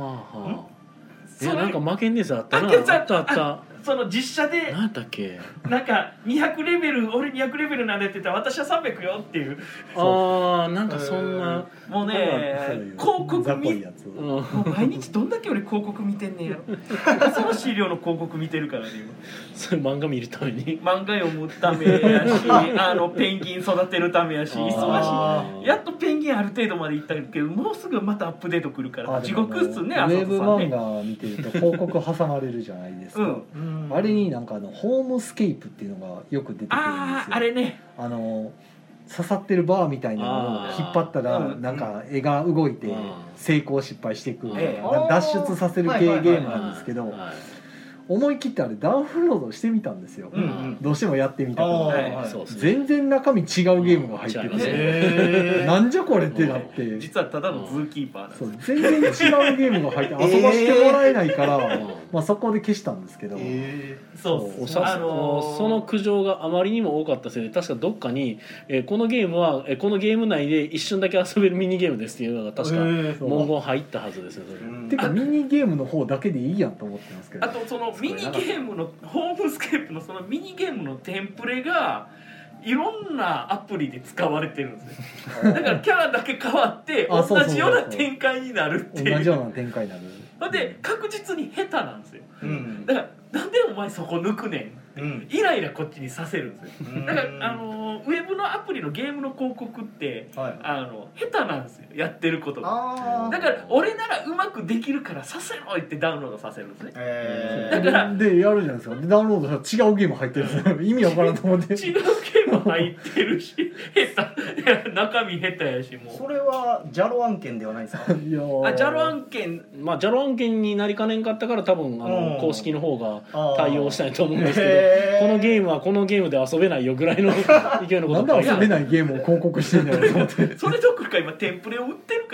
なんか魔剣伝説あったな。あった。 その実写で何だっけ、 なんか200レベル俺200レベルなんでって言ったら私は300よっていう。 なんかそんなもうね広告もう毎日どんだけ俺広告見てんねんやろ。恐ろしい量の広告見てるからね今。 それ漫画見るために漫画読むためやしペンギン育てるためやし忙しい。やっとペンギンある程度までいったけどもうすぐまたアップデートくるから地獄っすね。 ウェブ漫画見てると広告挟まれるじゃないですか。あれになんかホームスケープっていうのがよく出てくるんですよ。 あれね。 刺さってるバーみたいなものを引っ張ったらなんか絵が動いて成功失敗していく脱出させる系ゲームなんですけど、思い切ってあれダウンロードしてみたんですよ。どうしてもやってみたから全然中身違うゲームが入ってる。なんじゃこれってなって、 実はただのズーキーパーなんです。 全然違うゲームが入って遊ばしてもらえないからそこで消したんですけど。 その苦情があまりにも多かったせいで確かどっかにこのゲームはこのゲーム内で一瞬だけ遊べるミニゲームですっていうのが確か文言入ったはずですね。 てかミニゲームの方だけでいいやんと思ってますけど。 あとそのミニゲームのホームスケープのそのミニゲームのテンプレがいろんなアプリで使われてるんですね。だからキャラだけ変わって同じような展開になるっていう。 同じような展開になる。 で確実に下手なんですよ。だからなんでお前そこ抜くねん。イライラこっちにさせるんですよ。だからウェブのアプリのゲームの広告って下手なんですよ、やってることが。だから俺ならうまくできるからさせろってダウンロードさせるんですね。だからでやるじゃないですか。でダウンロードしたら違うゲーム入ってるんですよ。意味わからんと思って。 違うゲーム入ってるし下手中身下手やし。もうそれはジャロ案件ではないですか。 いやジャロ案件、 ジャロ案件になりかねんかったから多分公式の方が対応したいと思うんですけど、このゲームはこのゲームで遊べないよぐらいの勢いのことなんで遊べないゲームを広告してんだよと思って。 それどころか今テンプレを売ってるか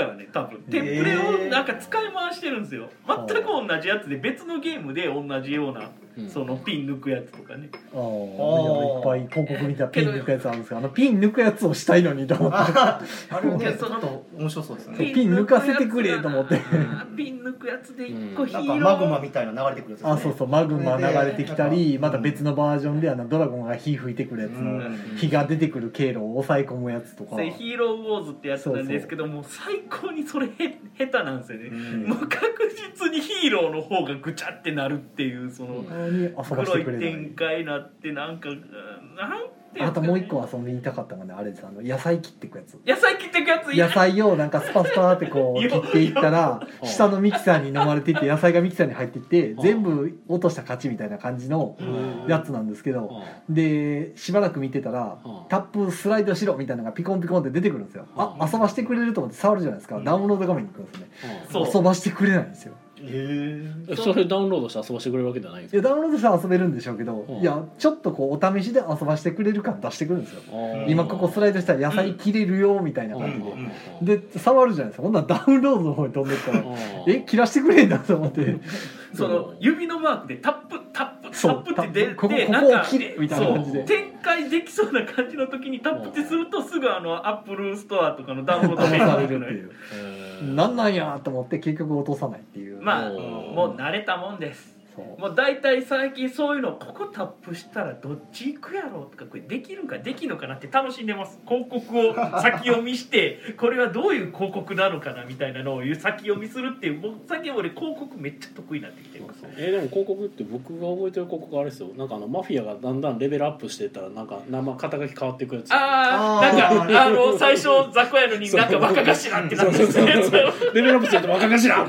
からね多分テンプレをなんか使い回してるんですよ。全く同じやつで別のゲームで同じようなそのピン抜くやつとかね。 いっぱい広告見たピン抜くやつあるんですけど、ピン抜くやつをしたいのにと思ってあれもねちょっと面白そうですね。 ピン抜かせてくれと思ってピン抜くやつで一個ヒなんーローかマグマみたいな流れてくるやつですね。 そうそう、マグマ流れてきたり、また別のバージョンでドラゴンが火吹いてくるやつの火が出てくる経路を抑え込むやつとか、 ヒーローウォーズってやつなんですけども、最高にそれ下手なんですよね。もう確実にヒーローの方がぐちゃってなるっていうその黒い展開になってなんかなんて、 あともう一個遊びたかったのがね、あれです、野菜切っていくやつ。 野菜切っていくやつ。 野菜をなんかスパスパってこう切っていったら下のミキサーに飲まれていって野菜がミキサーに入っていって全部落とした勝ちみたいな感じのやつなんですけど、でしばらく見てたらタップスライドしろみたいなのがピコンピコンって出てくるんですよ。遊ばしてくれると思って触るじゃないですか。ダウンロード画面に行くんですね。遊ばしてくれないんですよ。 それダウンロードして遊ばしてくれるわけじゃないんですか。 いやダウンロードして遊べるんでしょうけど、いやちょっとこうお試しで遊ばしてくれる感出してくるんですよ。今ここスライドしたら野菜切れるよみたいな感じで触るじゃないですか。ほんならダウンロードの方に飛んでったら切らしてくれんだと思ってその指のマークでタップって出てここを切れみたいな感じで展開できそうな感じの時にタップってするとすぐアップルストアとかのダウンロードページされるっていう、なんやと思って結局落とさないっていう。 まあもう慣れたもんです。もう大体最近そういうのここタップしたらどっち行くやろうとかこれできるんかできるのかなって楽しんでます。広告を先読みしてこれはどういう広告なのかなみたいなのを先読みするっていう、僕最近俺広告めっちゃ得意になってきてます。 でも広告って僕が覚えてる広告あれですよ。なんかマフィアがだんだんレベルアップしていったらなんか肩書き変わっていくやつ。 なんか最初雑魚やのになんか若頭ってなってるやつ。 レベルアップしてると若頭って。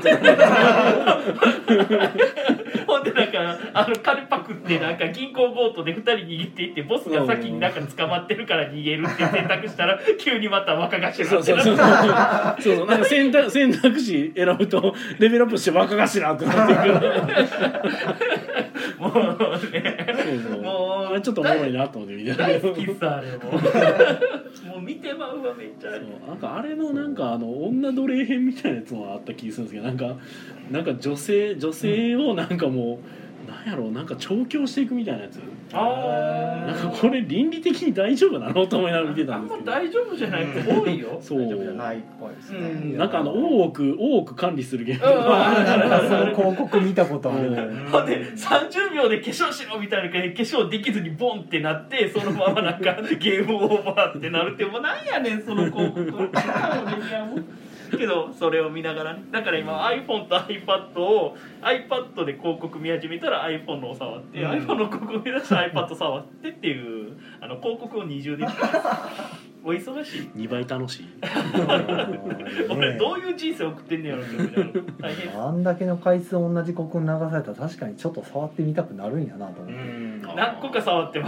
ほんでなんか金パクってなんか銀行強盗で2人逃げていってボスが先になんか捕まってるから逃げるって選択したら急にまた若頭ってなってる。そうなんか選択肢選ぶとレベルアップして若頭ってなっていく。 もうねもうちょっとおもろいなと思って見て大好きっすあれもう見てまうわめっちゃ。 なんかあれのなんか女奴隷編みたいなやつもあった気がするんですけど、なんか女性をなんかもうなんやろうなんか調教していくみたいなやつ。なんかこれ倫理的に大丈夫なのと思いながら見てたんですけど。 大丈夫じゃないって多いよ。 そう。 大丈夫じゃないっぽいですね。 なんか大奥管理するゲーム。 その広告見たことある。 ほんで30秒で化粧しろみたいな化粧できずにボンってなってそのままなんかゲームオーバーってなるってもうなんやねんその広告。けどそれを見ながらね、だから今 iPhone と iPad を iPad で広告見始めたら iPhone のを触って、iPhone の広告見出したら iPad 触ってっていう広告を二重でお忙しい。 2倍楽しい。 俺どういう人生送ってんねやろみたいな。大変。 あんだけの回数同じ広告流されたら確かにちょっと触ってみたくなるんやなと思って。 何個か触ってます。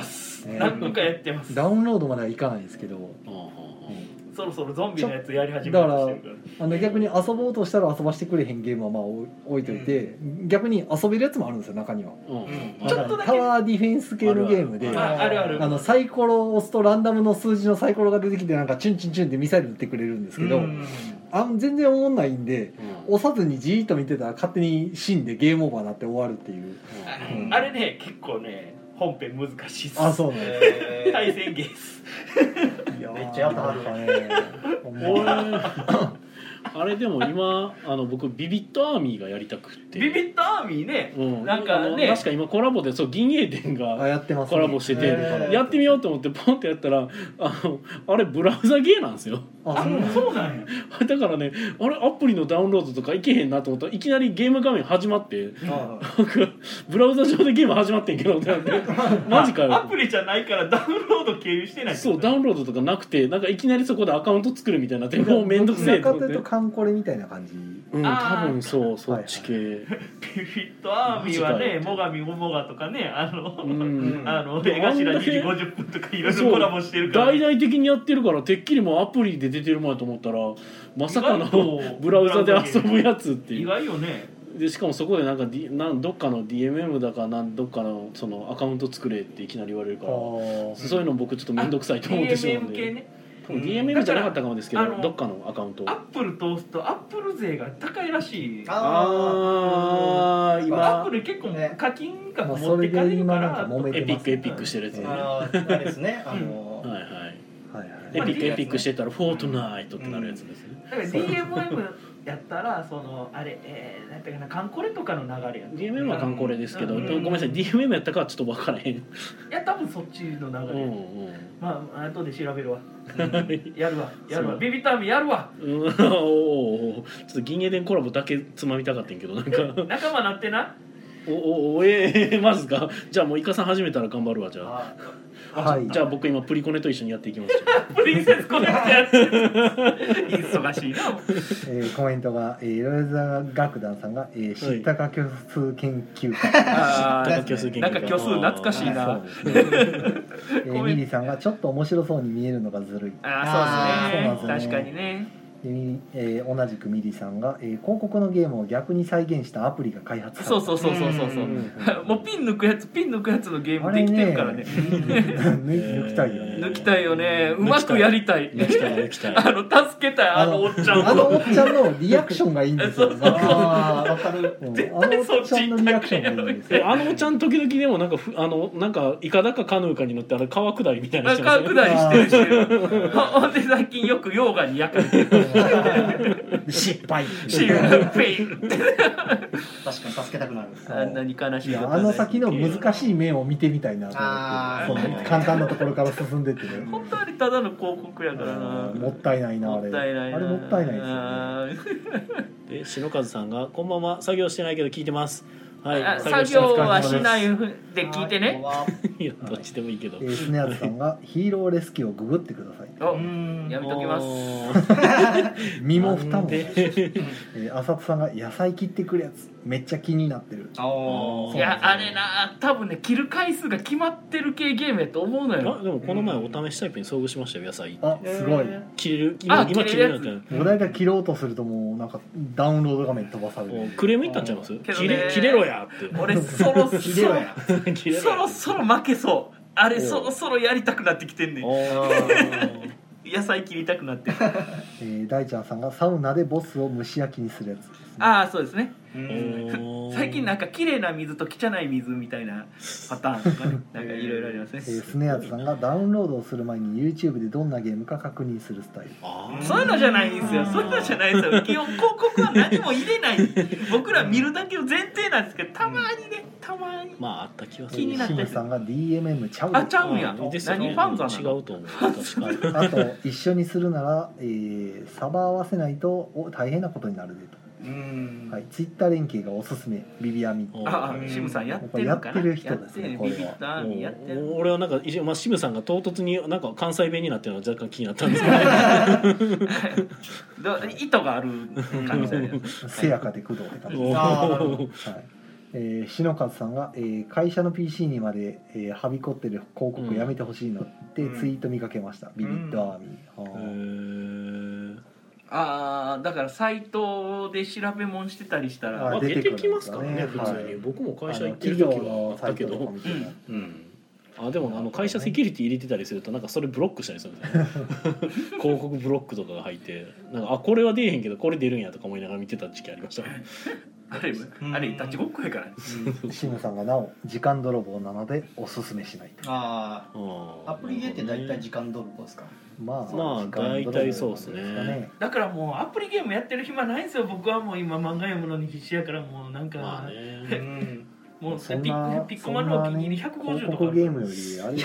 何個かやってます。 ダウンロードまではいかないですけど。 そろそろゾンビのやつやり始めようとしてるから。 逆に遊ぼうとしたら遊ばしてくれへんゲームはまあ置いといて、逆に遊べるやつもあるんですよ中には。 ちょっとだけタワーディフェンス系のゲームでサイコロを押すとランダムの数字のサイコロが出てきてなんかチュンチュンチュンってミサイル撃ってくれるんですけど、全然思んないんで、押さずにじーっと見てたら勝手に死んでゲームオーバーになって終わるっていう。 あれね結構ね本編難しいっす。 そうね。 対戦ゲーっす。 めっちゃやったはるあれでも今僕ビビットアーミーがやりたくて。 ビビットアーミーね、なんかね確か今コラボで銀英伝がコラボしててやってみようと思ってポンってやったらあれブラウザゲーなんですよ。 そうなんや。 だからねあれアプリのダウンロードとかいけへんなと思ったらいきなりゲーム画面始まってブラウザ上でゲーム始まってんけどってなってマジかよ。 アプリじゃないからダウンロード経由してない。 そうダウンロードとかなくてなんかいきなりそこでアカウント作るみたいになってもうめんどくせえと思って。 カンコレみたいな感じ。 多分そっち系。 ビビットアーミーはね、モガミモモガとかね、絵頭2時50分とかいろいろコラボしてるから、 大々的にやってるからてっきりもうアプリで出てるもんやと思ったらまさかのブラウザで遊ぶやつっていう。 意外よね。 でしかもそこでなんか、どっかの DMM だかどっかのそのアカウント作れっていきなり言われるからそういうの僕ちょっと面倒くさいと思ってしまうんで。 DMM じゃなかったかもですけど、どっかのアカウント。 アップル通すとアップル税が高いらしい。 今アップル結構課金額持ってかれるから、 エピックしてるやつ。 あれですね。 はいはい。エピックしてたらフォートナイトってなるやつですね。 だから DMM やったらそのあれなんていうかなカンコレとかの流れや。 DMM はカンコレですけど、ごめんなさい DMM やったかはちょっと分からへん。いや多分そっちの流れ。まあ後で調べるわ。やるわビビターミンやるわ。 ちょっと銀英伝コラボだけつまみたかったんけどなんか仲間なってな。 マジか。じゃあもうイカさん始めたら頑張るわじゃあ。はい、じゃあ僕今プリコネと一緒にやっていきます。 プリンセスコネってやって忙しいな。 コメントが、ロイザー楽団さんが、知ったか虚数研究会。 なんか虚数懐かしいな。 ミリさんがちょっと面白そうに見えるのがずるい。 そうですね。確かにね。 同じくミリさんが、広告のゲームを逆に再現したアプリが開発された。 そうもうピン抜くやつのゲームできてるからね。 抜きたいよね。 抜きたいよね。うまくやりたい。助けたいおっちゃん。 おっちゃんのリアクションがいいんですよ。 わかる。 絶対そっちのリアクションがいいんですよ。おっちゃん時々でもなんかイカダかカヌーかに乗って川下りみたいなしてますね。 川下りしてる。ほんで最近よく溶岩に焼かれてる。 失敗確かに助けたくなる。 あんなに悲しい。 あの先の難しい面を見てみたいなと思って、簡単なところから進んでってね。 本当にただの広告やからな。 もったいないなあれ。あれもったいないですよね。 で篠和さんがこんばんは、作業してないけど聞いてます。はい、 作業はしないで聞いてね。 いやどっちでもいいけど。 スネアズさんがヒーローレスキューをググってください。 やめときます。 身も蓋も。浅田さんが野菜切ってくるやつめっちゃ気になってる。 いやあれな、多分ね切る回数が決まってる系ゲームやと思うのよ。 でもこの前お試しタイプに遭遇しましたよ野菜。 すごい。 切れる今切れるやつ。 お題が切ろうとするともうなんかダウンロード画面飛ばされる。 クレームいったんちゃいます？切れろやって。 俺そろそろ負けそう。あれそろそろやりたくなってきてんねん。野菜切りたくなってる。 大ちゃんさんがサウナでボスを蒸し焼きにするやつですね。 そうですね。最近なんか綺麗な水と汚い水みたいなパターンとかね、なんかいろいろありますね。 スネアズさんがダウンロードをする前に YouTube でどんなゲームか確認するスタイル。 そういうのじゃないんですよ。そういうのじゃないですよ。基本広告は何も入れない。僕ら見るだけの前提なんですけど、たまにね、 まああった気がする。 気になってる。シムさんが DMM ちゃう。 ちゃうんや。何ファンザなの？ 違うと思う。確かに。 あと一緒にするなら、サバ合わせないと大変なことになるでと。はい、ツイッター連携がおすすめ。ビビアミ。 シムさんやってるかな。 やってる人ですね。これは。 俺はなんかシムさんが唐突になんか関西弁になってるのが若干気になったんですけど。 意図がある感じ。 せやかで工藤って感じです。はい。篠和さんが、会社の PC にまで、はびこってる広告やめてほしいのってツイート見かけました。ビビッドアーミー。 だからサイトで調べ物してたりしたら出てきますからね普通に。僕も会社行ってる時はあったけど。でも会社セキュリティ入れてたりするとなんかそれブロックしたりするんですよね。広告ブロックとかが入ってなんかこれは出えへんけどこれ出るんやとか思いながら見てた時期ありました。 あれ立ちごっこやから。 シムさんがなお時間泥棒なのでおすすめしないと。 アプリゲーって大体時間泥棒ですか？ まあ大体そうですね。 だからもうアプリゲームやってる暇ないんですよ。僕はもう今漫画読むのに必死やからもうなんかもうピックマンのお気に入り150とか。 ゲームよりあれ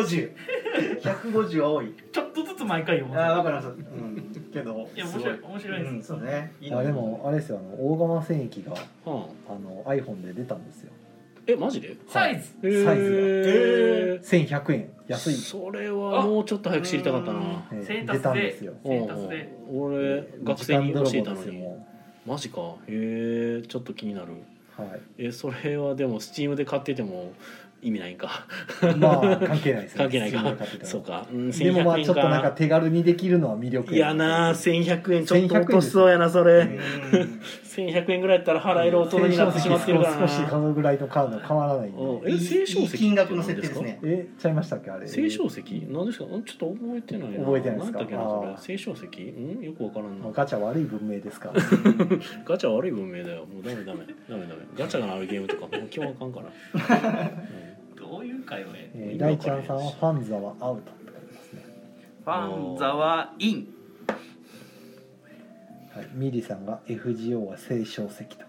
150は多い。 ちょっとずつ毎回読む。 わかります。けど面白いです。 そうね。 でもあれですよ大釜戦役がiPhone で出たんですよ。 マジで？ サイズが1100円安い。 それはもうちょっと早く知りたかったな。 出たんですよ。 俺学生に教えたのに。マジか。ちょっと気になる。それはでも Steam で買ってても意味ないんか。 まあ関係ないですね。 関係ないかすご買っててもそうか、 でもまあちょっとなんか 1100 手軽にできるのは魅力円か。いやな1100円ちょっと落としそうやなそれ。1100円ぐらいやったら払える大人になってしまってるからな。 少し買うぐらいのカード変わらないんで。 青少石金額の設定ですね。 ちゃいましたっけあれ。 青少石なんですか。ちょっと覚えてないな。 覚えてないですかなんだっけなそれ。青少石よくわからんな。 ガチャ悪い文明ですか。 ガチャ悪い文明だよ。もうダメ。ガチャがあるゲームとかもう基本あかんから。 どういう会話や。 大ちゃんさんはファンザはアウトって書いてますね。 ファンザはイン。 はい、ミリさんが FGO は青少石と。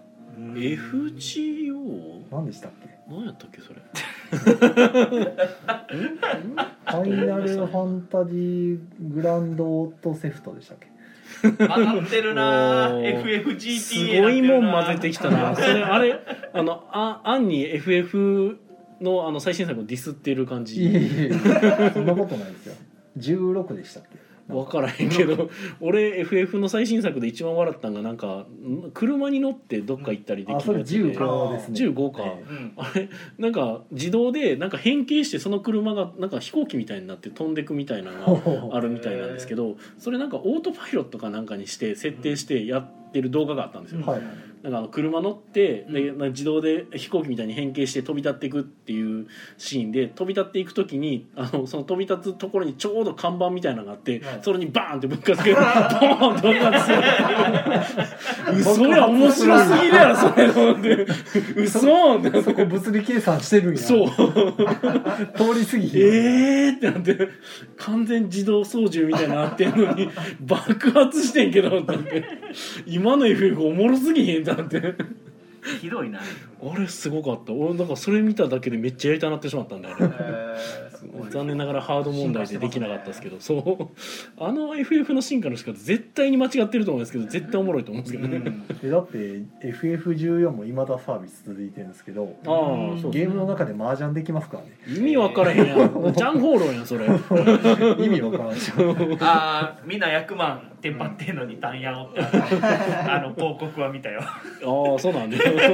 FGO？ 何でしたっけ？ 何やったっけそれ。 ファイナルファンタジーグランドオートセフトでしたっけ？ 当たってるな。 おー FFGT すごいもん混ぜてきたな。それあれ案に FF の最新作をディスってる感じ。 いえそんなことないですよ。16でしたっけ？ 分からへんけど俺 FF の最新作で一番笑ったんがなんか車に乗ってどっか行ったりできるやつで、 それ15ですね。 15か、あれなんか自動でなんか変形してその車がなんか飛行機みたいになって飛んでくみたいなのがあるみたいなんですけど、それなんかオートパイロットかなんかにして設定してやってる動画があったんですよ。 はい。 なんか車乗ってで自動で飛行機みたいに変形して飛び立っていくっていうシーンで、飛び立っていく時にその飛び立つところにちょうど看板みたいなのがあって、それにバーンってぶっかつけるボーンって爆発する嘘や面白すぎるやろそれのって嘘ってそこ物理計算してるんや。 そう通り過ぎってなって完全自動操縦みたいになってんのに爆発してんけどってなって今の FF おもろすぎへんってなってひどいな。 あれすごかった。俺だからそれ見ただけでめっちゃやりたなってしまったんだよあれ残念ながらハード問題でできなかったですけど、そうFF の進化の仕方絶対に間違ってると思うんですけど絶対おもろいと思うんですけどね、 だって FF14 も未だサービス続いてるんですけど、 そうゲームの中で麻雀できますからね。 意味分からへんやんジャンホーローやんそれ意味わからんしみんな100万テンパってんのに単ヤをって広告は見たよ。 そうなんだ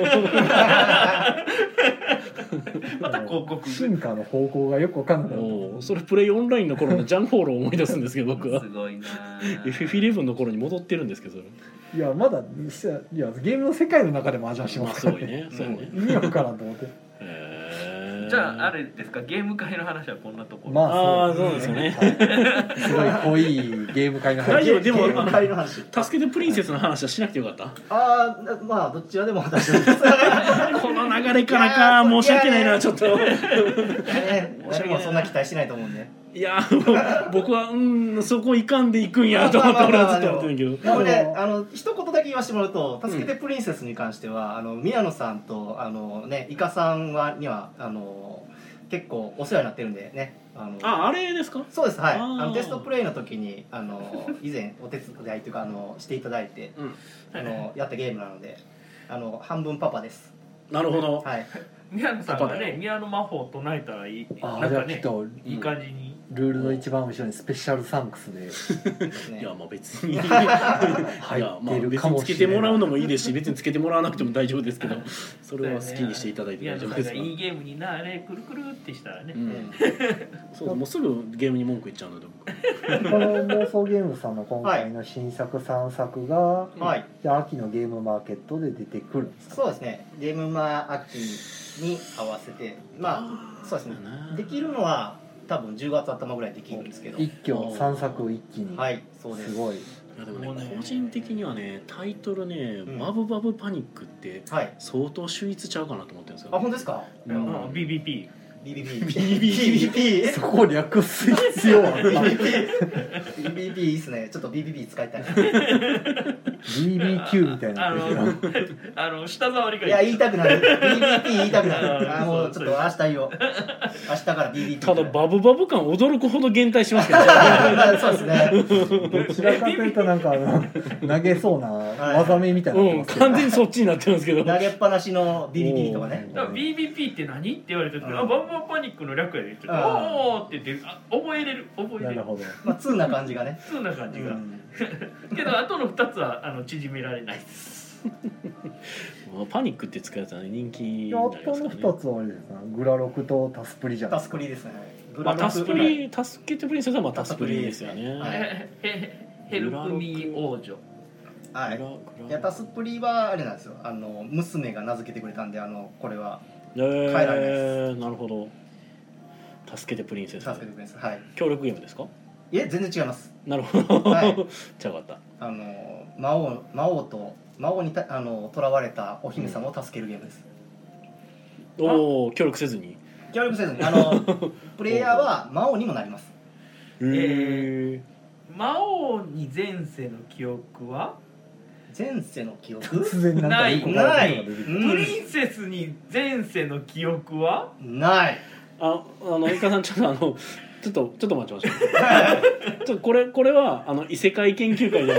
また広告進化の方向がよくわかんない。 それプレイオンラインの頃のジャンホーローを思い出すんですけど僕はすごいな。 FF11 の頃に戻ってるんですけど、それいやまだゲームの世界の中で麻雀しますからね。 そうね意味わからんと思って。 じゃああれですか、ゲーム会の話はこんなところ。 まあそうですよね、 すごい濃いゲーム会の話。 大丈夫でもゲーム会の話。 助けてプリンセスの話はしなくてよかったまあどちらでも大丈夫です。 この流れからか申し訳ないなちょっと誰もそんな期待してないと思うんで。 いや僕はそこいかんでいくんやと思って俺はずっと思ってるけど、 なので一言だけ言わせてもらうと、助けてプリンセスに関しては宮野さんとイカさんには結構お世話になってるんでね。 あれですか。 そうです、はい。テストプレイの時に以前お手伝いというかしていただいて、やったゲームなので半分パパです。 なるほど。 はい。 宮野さんがね、宮野魔法を唱えたらいい、なんかね、いい感じに。 ルールの一番後ろにスペシャルサンクスでいやまあ別にいやまあ別につけてもらうのもいいですし、別につけてもらわなくても大丈夫ですけど、それは好きにしていただいて大丈夫ですから。 いいゲームになれくるくるってしたらね、 そうもうすぐゲームに文句言っちゃうので僕この妄想ゲームさんの今回の新作3作が、じゃあ秋のゲームマーケットで出てくるんですか。 そうですね、ゲームマ秋に合わせてそうですね、できるのは多分10月頭ぐらいできるんですけど、 一挙3作一気に。 はいそうです。 すごい。 いやでもね個人的にはねタイトルね、バブバブパニックって相当秀逸ちゃうかなと思ってるんですよ、 あ本当ですか。 BBP BBP そこを略す必要は BBP いいっすね。ちょっと BBP 使いたい。 BBQ みたいな。 舌触りがいや言いたくなる。BBP 言いたくなる。もうちょっと明日言おう。明日から BBP。 ただバブバブ感驚くほど減退しますけどそうですね。 どちらかというとなんか投げそうな技名みたいな、 完全にそっちになってるんですけど、 投げっぱなしの BBP とかね。 BBP って何って言われた時にバブバブパニックの略やでって言って、おーって言って覚えれる。 なるほど。 通な感じがね。 通な感じが。けど後の2つは縮められないです。 パニックって使うやつはね人気にあなりますとのからね。 2つはあれですな、グラロクとタスプリじゃないタスプリですね。 まあ、タスプはいリ助けてプリンセスはまあタスプリですよね。 はいヘルプミー王女。 はい。いやタスプリはあれなんですよ。娘が名付けてくれたんでこれは変えられないです。 なるほど。助けてプリンセス。 助けてくれるんです。はい。 協力ゲームですか？ いえ全然違います。 なるほど。 はいじゃあよかった。 魔王に囚われたお姫様を助けるゲームです。 おお、協力せずに。 協力せずにプレイヤーは魔王にもなります。 魔王に前世の記憶は前世の記憶突然なんかよくわからないのが出てくる。 プリンセスに前世の記憶はない。 イカさんちょっとちょっと待ちましょう。ちょっとこれは異世界研究会では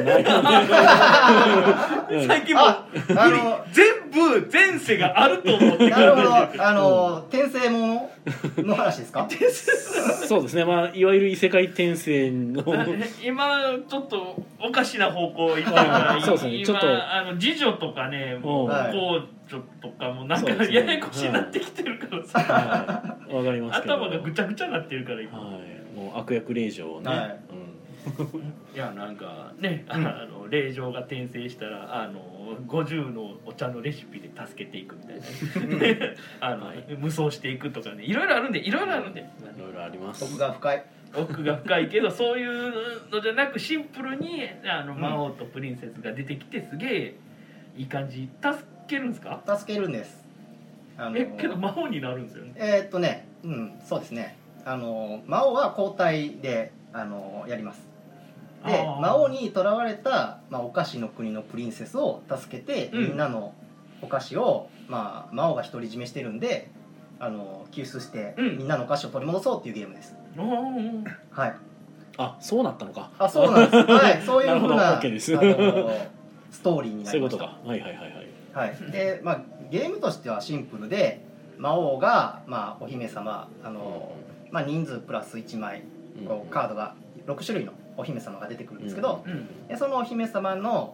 ないので。 最近も全部前世があると思ってなるほど。転生ものの話ですか？ そうですね。まあいわゆる異世界転生の今ちょっとおかしな方向行ってるからそうですね。ちょっと次女とかね、もうはい公女とかもなんかややこしになってきてるからさ、 はいわかりますけど。 頭がぐちゃぐちゃになってるから今。 はい。もう悪役令嬢をね。 はいいやなんかね、令嬢が転生したら50のお茶のレシピで助けていくみたいな無双していくとかね、いろいろあるんで。 いろいろあります。 奥が深い。 奥が深いけどそういうのじゃなくシンプルに魔王とプリンセスが出てきてすげえいい感じ。助けるんですか？ 助けるんです。 けど魔王になるんですよね。 そうですね。魔王は交代でやります。で魔王に囚われた、お菓子の国のプリンセスを助けて、みんなのお菓子を、魔王が独り占めしてるんで救出して、みんなのお菓子を取り戻そうっていうゲームです。はい。 あ、そうなったのか。 あ、そうなんです。はい、そういうふうな OK ですストーリーになりました。 そういうことか。はいはいはいはい。 はい。で、ゲームとしてはシンプルで、魔王がお姫様人数プラス1枚カードが6種類のお姫様が出てくるんですけど、でそのお姫様の、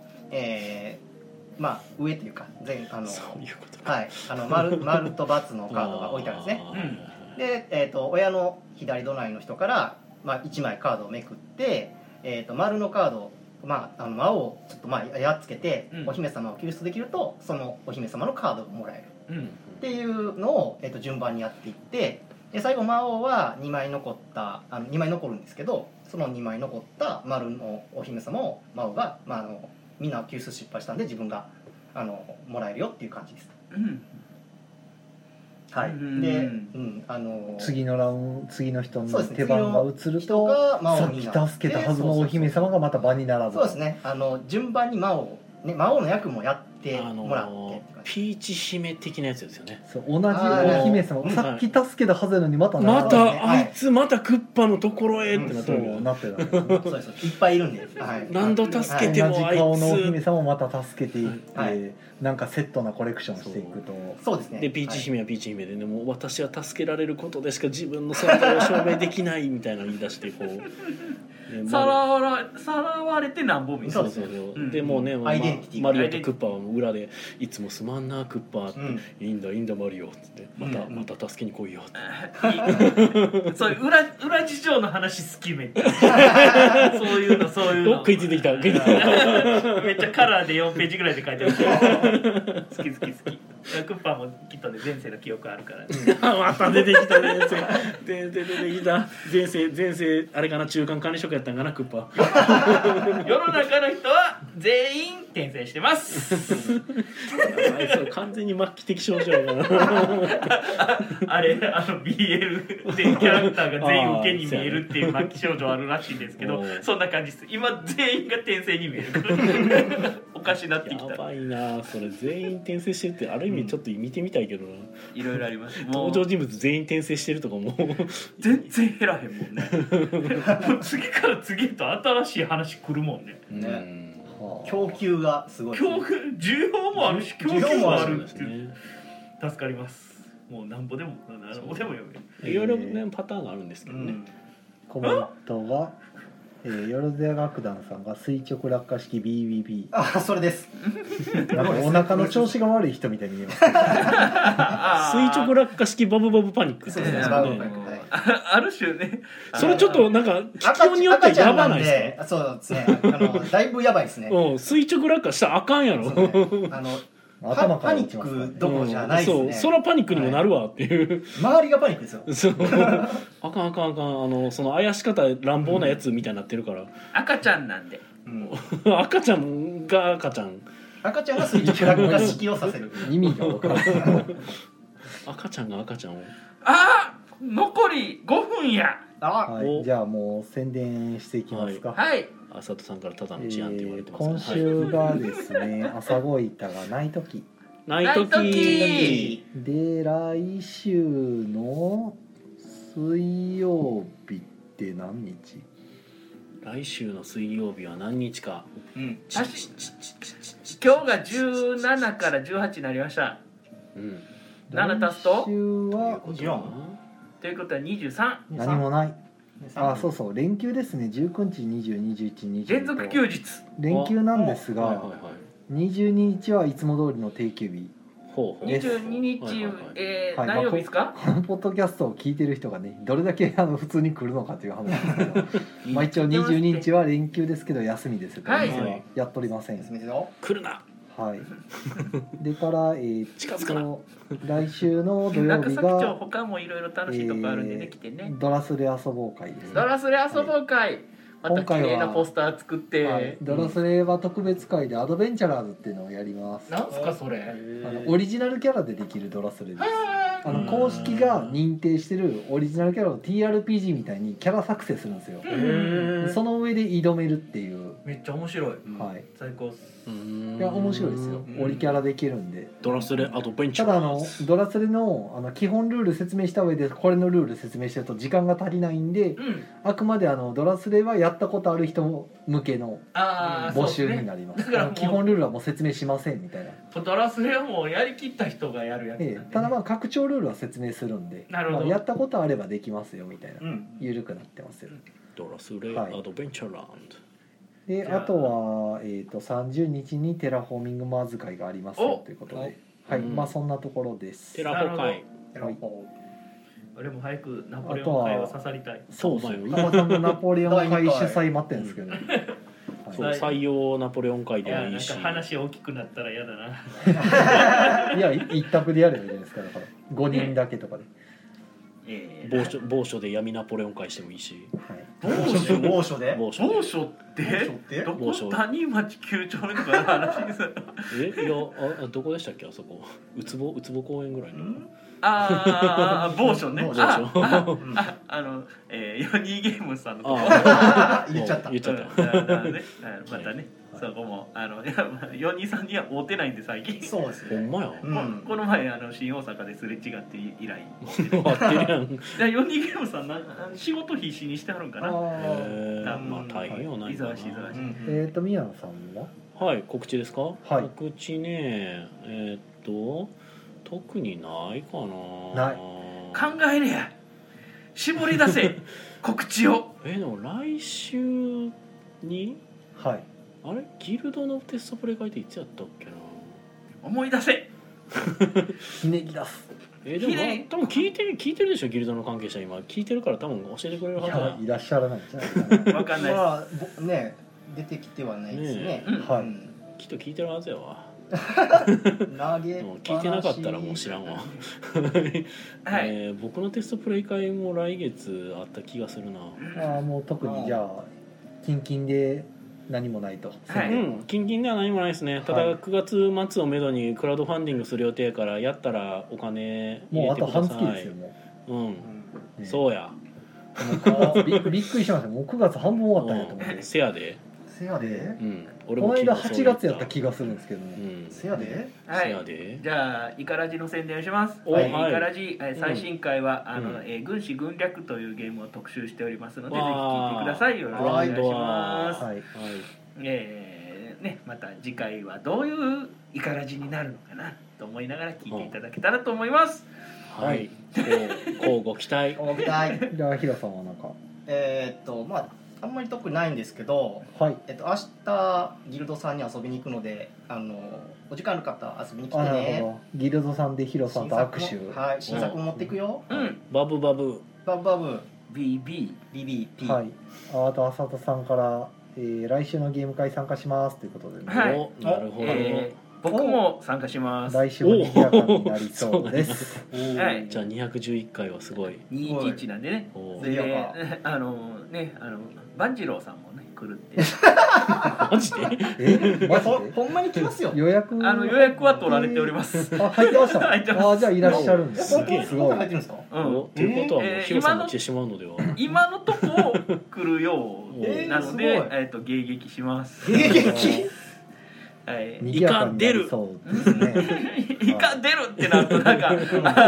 上というかそういうことか。はい、丸と×のカードが置いてあるんですね。で、親の左隣の人から、1枚カードをめくって、丸のカードを魔王をちょっとやっつけて、お姫様を救出できるとそのお姫様のカードをもらえる、っていうのを、順番にやっていって、で最後魔王は2枚残るんですけど、その2枚残った丸のお姫様を魔王が、みんな救出失敗したんで自分がもらえるよっていう感じです。はい。で、 次の人のそうですね、 手番が移るとさっき助けたはずのお姫様がまた場に並ぶ。 そうですね。順番に魔王の役もやってもらって。 ピーチ姫的なやつですよね。 そう同じお姫様、さっき助けたはずなのにまたあいつまたクッパのところへってなってる。 なってた。 そうです。いっぱいいるんで。 何度助けても同じ顔のお姫様をまた助けていって、なんかセットなコレクションしていくと。 そうですね。 でピーチ姫はピーチ姫でね、もう私は助けられることでしか自分の存在を証明できないみたいなのを言い出してこう。 さらわれてなんぼみたいな。 でもうね、マリオとクッパは裏でいつもすまんなクッパって、いいんだマリオってまた助けに来いよって。 そういう裏事情の話好きめっちゃ。そういうの食いついてきた。めっちゃカラーで4ページぐらいで書いてる。好き。クッパもきっとね前世の記憶あるから。 また出てきたね。出てきた。前世あれかな、中間管理職やったんかなクッパ。 世の中の人は全員転生してます。 完全に末期的症状やな。 あれBL でキャラクターが全員受けに見えるっていう末期症状あるらしいんですけど、そんな感じです。今全員が転生に見えるからおかしなってきた。 やばいなそれ。全員転生してるってある意味ちょっと見てみたいけどな。 いろいろあります。 登場人物全員転生してるとかも全然減らへんもんね。次から次へと新しい話来るもんね。 供給がすごい。 需要もあるし供給もあるって助かります。もうなんぼでも読める。 いろいろねパターンがあるんですけどね。 コメントはよろずや楽団さんが垂直落下式 BBB。 あ、それです。 なんかお腹の調子が悪い人みたいに見えます。 垂直落下式バブバブパニックってそうですね。 やつバブね。 ある種ね。 それちょっとなんか聞きようによってはやばないですか？ そうですね。だいぶやばいですね。 うん、垂直落下したらあかんやろ。 そうね頭からパニッ落ちますねクどころじゃないですね。 そう、そらパニックにもなるわっていう。 周りがパニックですよ。 そう。あかんあかんあかん、そのあやし方乱暴なやつみたいになってるから。 赤ちゃんなんで。 赤ちゃんが赤ちゃん。 赤ちゃんが垂直落下式をさせる。 意味が分からない。 赤ちゃんが赤ちゃんを。 あー、残り5分や。 はい、じゃあもう宣伝していきますか。 はい。 あさとさんからただの治安って言われてます今週がですね、朝ごいたがないとき。 ないとき。 で、来週の水曜日って何日？ 来週の水曜日は何日か。 今日が17から18になりました。 うん。 7足すと来週はということは23。 何もない。あ、そうそう、連休ですね。19日、20、21、22 連続休日。 連休なんですが、 はいはいはい、 22日はいつも通りの定休日。 ほうほう。 22日、 はい何曜日ですか？ このポッドキャストを聞いてる人がね、どれだけ普通に来るのかという話ですけどまあ一応22日は連休ですけど休みですよ、 はいお店はやっておりません。 ですよ。 来るな。 はい。でから近づかな来週の土曜中崎日が町他もいろいろ楽しいとこあるんでね、来てね。 ドラスレ遊ぼう会ですね。 ドラスレ遊ぼう会、また綺麗なポスター作って、 はい、ドラスレは特別会でアドベンチャラーズっていうのをやります。 なんすかそれ？ オリジナルキャラでできるドラスレです。公式が認定してるオリジナルキャラを TRPG みたいにキャラ作成するんですよ。その上で挑めるっていう。 めっちゃ面白い。 はい。 最高っす。 いや面白いですよ。オリキャラできるんで。 ドラスレアドベンチャただードラスレの基本ルール説明した上でこれのルール説明してると時間が足りないんで、あくまでドラスレはやったことある人向けの募集になります。基本ルールはもう説明しませんみたいな。 ドラスレはもうやりきった人がやるやつなんで、ね。 ただまあ拡張ルールは説明するんで、 なるほど、 やったことあればできますよみたいな、緩くなってますよ。 ドラスレアドベンチャーランド。 であとは、30日にテラフォーミングマーズ会がありますよということで、はい、まあそんなところです。 テラフォ会。 はい、 俺も早くナポレオン会を刺さりたい。 そうそう。今さんのナポレオン会主催待ってるんですけどね。 そう採用ナポレオン会でもいいし。 なんか話大きくなったら嫌だな。 いや一択でやればいいじゃないですか。だから5人だけとかで。 某所で闇ナポレオン会してもいいし。 某所で？ 某所ってどこ？谷町9丁目とかの話です。 いやどこでしたっけあそこ？ウツボ公園ぐらいの。 某所ね。 某所。 ヨニーゲームさんのとこ。 言っちゃった。 またね。そこもヨニーさんには会うてないんで最近。 そうですね。ほんまや。 この前新大阪ですれ違って以来。 会ってるやん。 ヨニーゲームさん仕事必死にしてはるんかな。 まあ大変よな。 忙しい。 宮野さんは？ はい、告知ですか？ はい。 告知ね、特にないかな。 ない。 考えれや。絞り出せ。告知を。 でも来週に？ はい。 あれギルドのテストプレイ会っていつやったっけな。 思い出せ。 ひねり出す。 でも多分聞いてるでしょギルドの関係者今聞いてるから多分教えてくれるはずだ。 いらっしゃらないんじゃないかな。 わかんないです。 まあね出てきてはないですね。 はい。 きっと聞いてるはずやわ。 聞いてなかったらもう知らんわ。僕のテストプレイ会も来月あった気がするな。 もう特にじゃあキンキンで何もないと。 キンキンでは何もないですね。ただ9月末をめどにクラウドファンディングする予定やからやったらお金入れてください。 もうあと半月ですよもう。そうや。 びっくりしました。もう9月半分終わったんやと思って。 せやで。 せやで。 この間8月やった気がするんですけどね。 せやで。 はい。じゃあイカラジの宣伝をします。イカラジ最新回は軍師軍略というゲームを特集しておりますのでぜひ聞いてください。よろしくお願いします。ねまた次回はどういうイカラジになるのかなと思いながら聞いていただけたらと思います。 はい。こうご期待。 じゃあヒロさんはなんか。 まああんまり特にないんですけど、 はい。 明日ギルドさんに遊びに行くので、お時間ある方遊びに来てなるほね。 ど。ギルドさんでヒロさんと握手。 はい、新作も持っていくよ。 バブバブバブバブ BB。 ははい。あと浅田さんから、来週のゲーム会参加しますということでね。 はいおなるほど、 僕も参加します。 来週も賑やかになりそうです。 はいじゃあ211回はすごい。 211なんでね。 おで万次郎さんもね来るって。 マジでマジでほんまに来ますよ。 予約予約は取られております。 あ、入ってました。 入ってます。 あ、じゃあいらっしゃるんですすげえすごい。 入ってるんですか？ ということはもうヒロさんも来てしまうのでは。 今のとこ来るようなので、 す迎撃します。 迎撃はい。 賑やかになりそうですね。 イカ出るってなるとなんか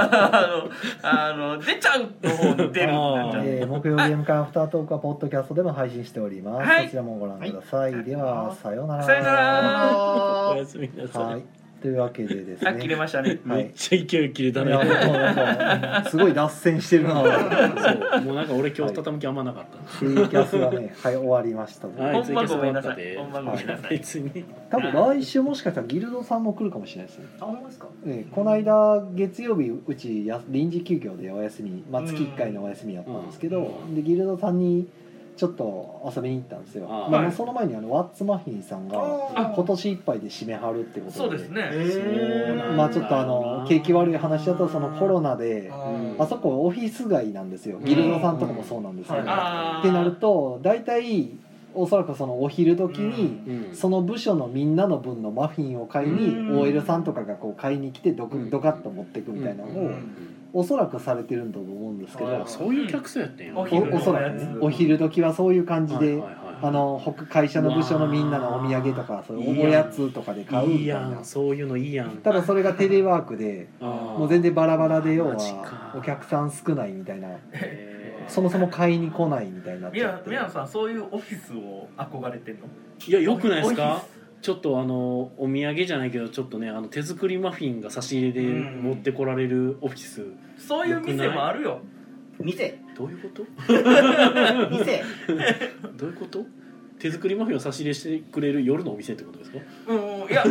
出ちゃうの方に出るなんちゃう。 木曜ゲーム会アフタートークはポッドキャストでも配信しております。 はいそちらもご覧ください。ではさようなら。 さようなら。 おやすみなさい。 はい。というわけでですね。 切れましたね。 めっちゃ勢い切れたね。 いやもうなんかすごい脱線してるな。 そうもうなんか俺今日畳む気あんまなかった。 ツイキャスがね、はい終わりましたので。 はいほんまごめんなさい。ほんまごめんなさい。 別に。 多分来週もしかしたらギルドさんも来るかもしれないですね。 あ、ほんまですか？ この間月曜日うち臨時休業でお休み、月1回のお休みだったんですけど、でギルドさんにちょっと遊びに行ったんですよ。まあその前にワッツマフィンさんが今年いっぱいで締めはるってことで。 そうですね。 まあちょっと景気悪い話だとそのコロナであそこオフィス街なんですよ。ギルドさんとかもそうなんですよ。ってなると大体おそらくそのお昼時にその部署のみんなの分のマフィンを買いに OL さんとかがこう買いに来てドカッと持っていくみたいなのをおそらくされてるんだと思うんですけど、 そういう客層やってんや。 おそらくねお昼時はそういう感じで会社の部署のみんなのお土産とかそういうおやつとかで買うみたいな。 そういうのいいやん。 ただそれがテレワークでもう全然バラバラで要はお客さん少ないみたいな。そもそも買いに来ないみたいになっちゃって。 宮野さんそういうオフィスを憧れてんの？ いやよくないですか？ちょっとお土産じゃないけどちょっとね手作りマフィンが差し入れで持ってこられるオフィス。 そういう店もあるよ。 店？ どういうこと？ 店？ どういうこと？手作りマフィンを差し入れしてくれる夜のお店ってことですか？ いや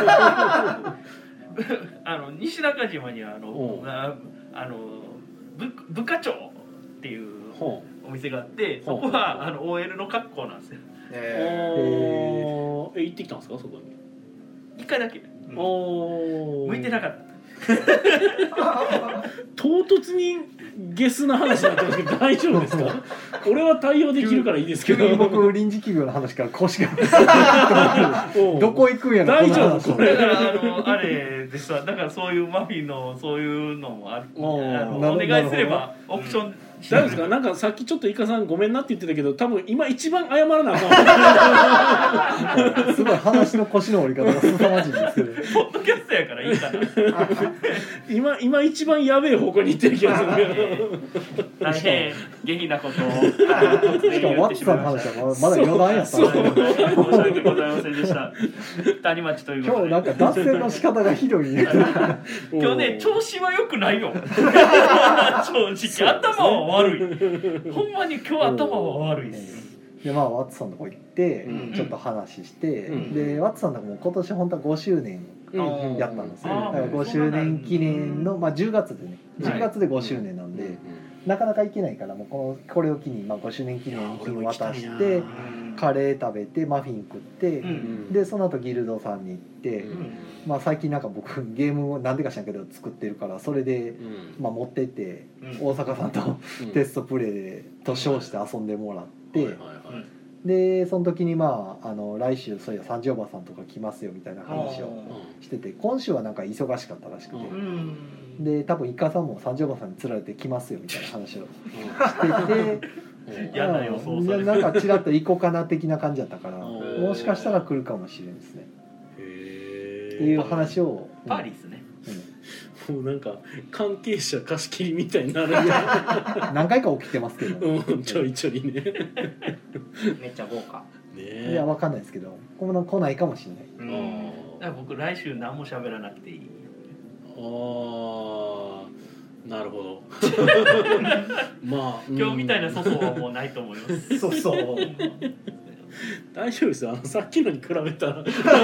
西中島には部課長っていうお店があってそこはOL の格好なんですよ。 行ってきたんですかそこに？ 一回だけ。向いてなかった。 唐突にゲスな話になってますけど大丈夫ですか？俺は対応できるからいいですけど。 僕臨時企業の話から腰がどこ行くんやろ。 大丈夫これ。 だからあれですわ。だからそういうマフィンのそういうのもお願いすればオプション。 大丈夫ですか？なんかさっきちょっとイカさんごめんなって言ってたけど多分今一番謝らなあかん。 すごい話の腰の折り方が凄まじいですけど。 ポッドキャストやからいいかな。 今一番やべえ方向に行ってる気がするけど。 大変下品なことを。しかもワッツさんの話はまだ余談やった。 申し訳ございませんでした。谷町ということで。 今日なんか脱線の仕方がひどい。 今日ね調子は良くないよ。正直頭は悪い。ほんまに今日頭は悪いです。 でワッツさんのとこ行ってちょっと話して、でワッツさんのとこも今年本当は5周年やったんですよ。だから5周年記念の10月でね10月で5周年なんで、なかなか行けないからもうこれを機に5周年記念品渡してカレー食べてマフィン食って、でその後ギルドさんに行って、最近なんか僕ゲームを何でか知らんけど作ってるからそれで、持ってって大阪さんとテストプレイでと称して遊んでもらって、でその時に来週そういや三条馬さんとか来ますよみたいな話をしてて、今週はなんか忙しかったらしくて、で多分イカさんも三条馬さんに釣られて来ますよみたいな話をしてて。なんかちらっと行こうかな的な感じだったからもしかしたら来るかもしれないですねっていう話をパリですね。 もうなんか関係者貸し切りみたいになる何回か起きてますけど、 ちょいちょいねめっちゃ豪華いやわかんないですけど今後来ないかもしれない。 だから僕来週何も喋らなくていい。 なるほどまあ今日みたいな粗相はもうないと思いますそうそう大丈夫ですよさっきのに比べたら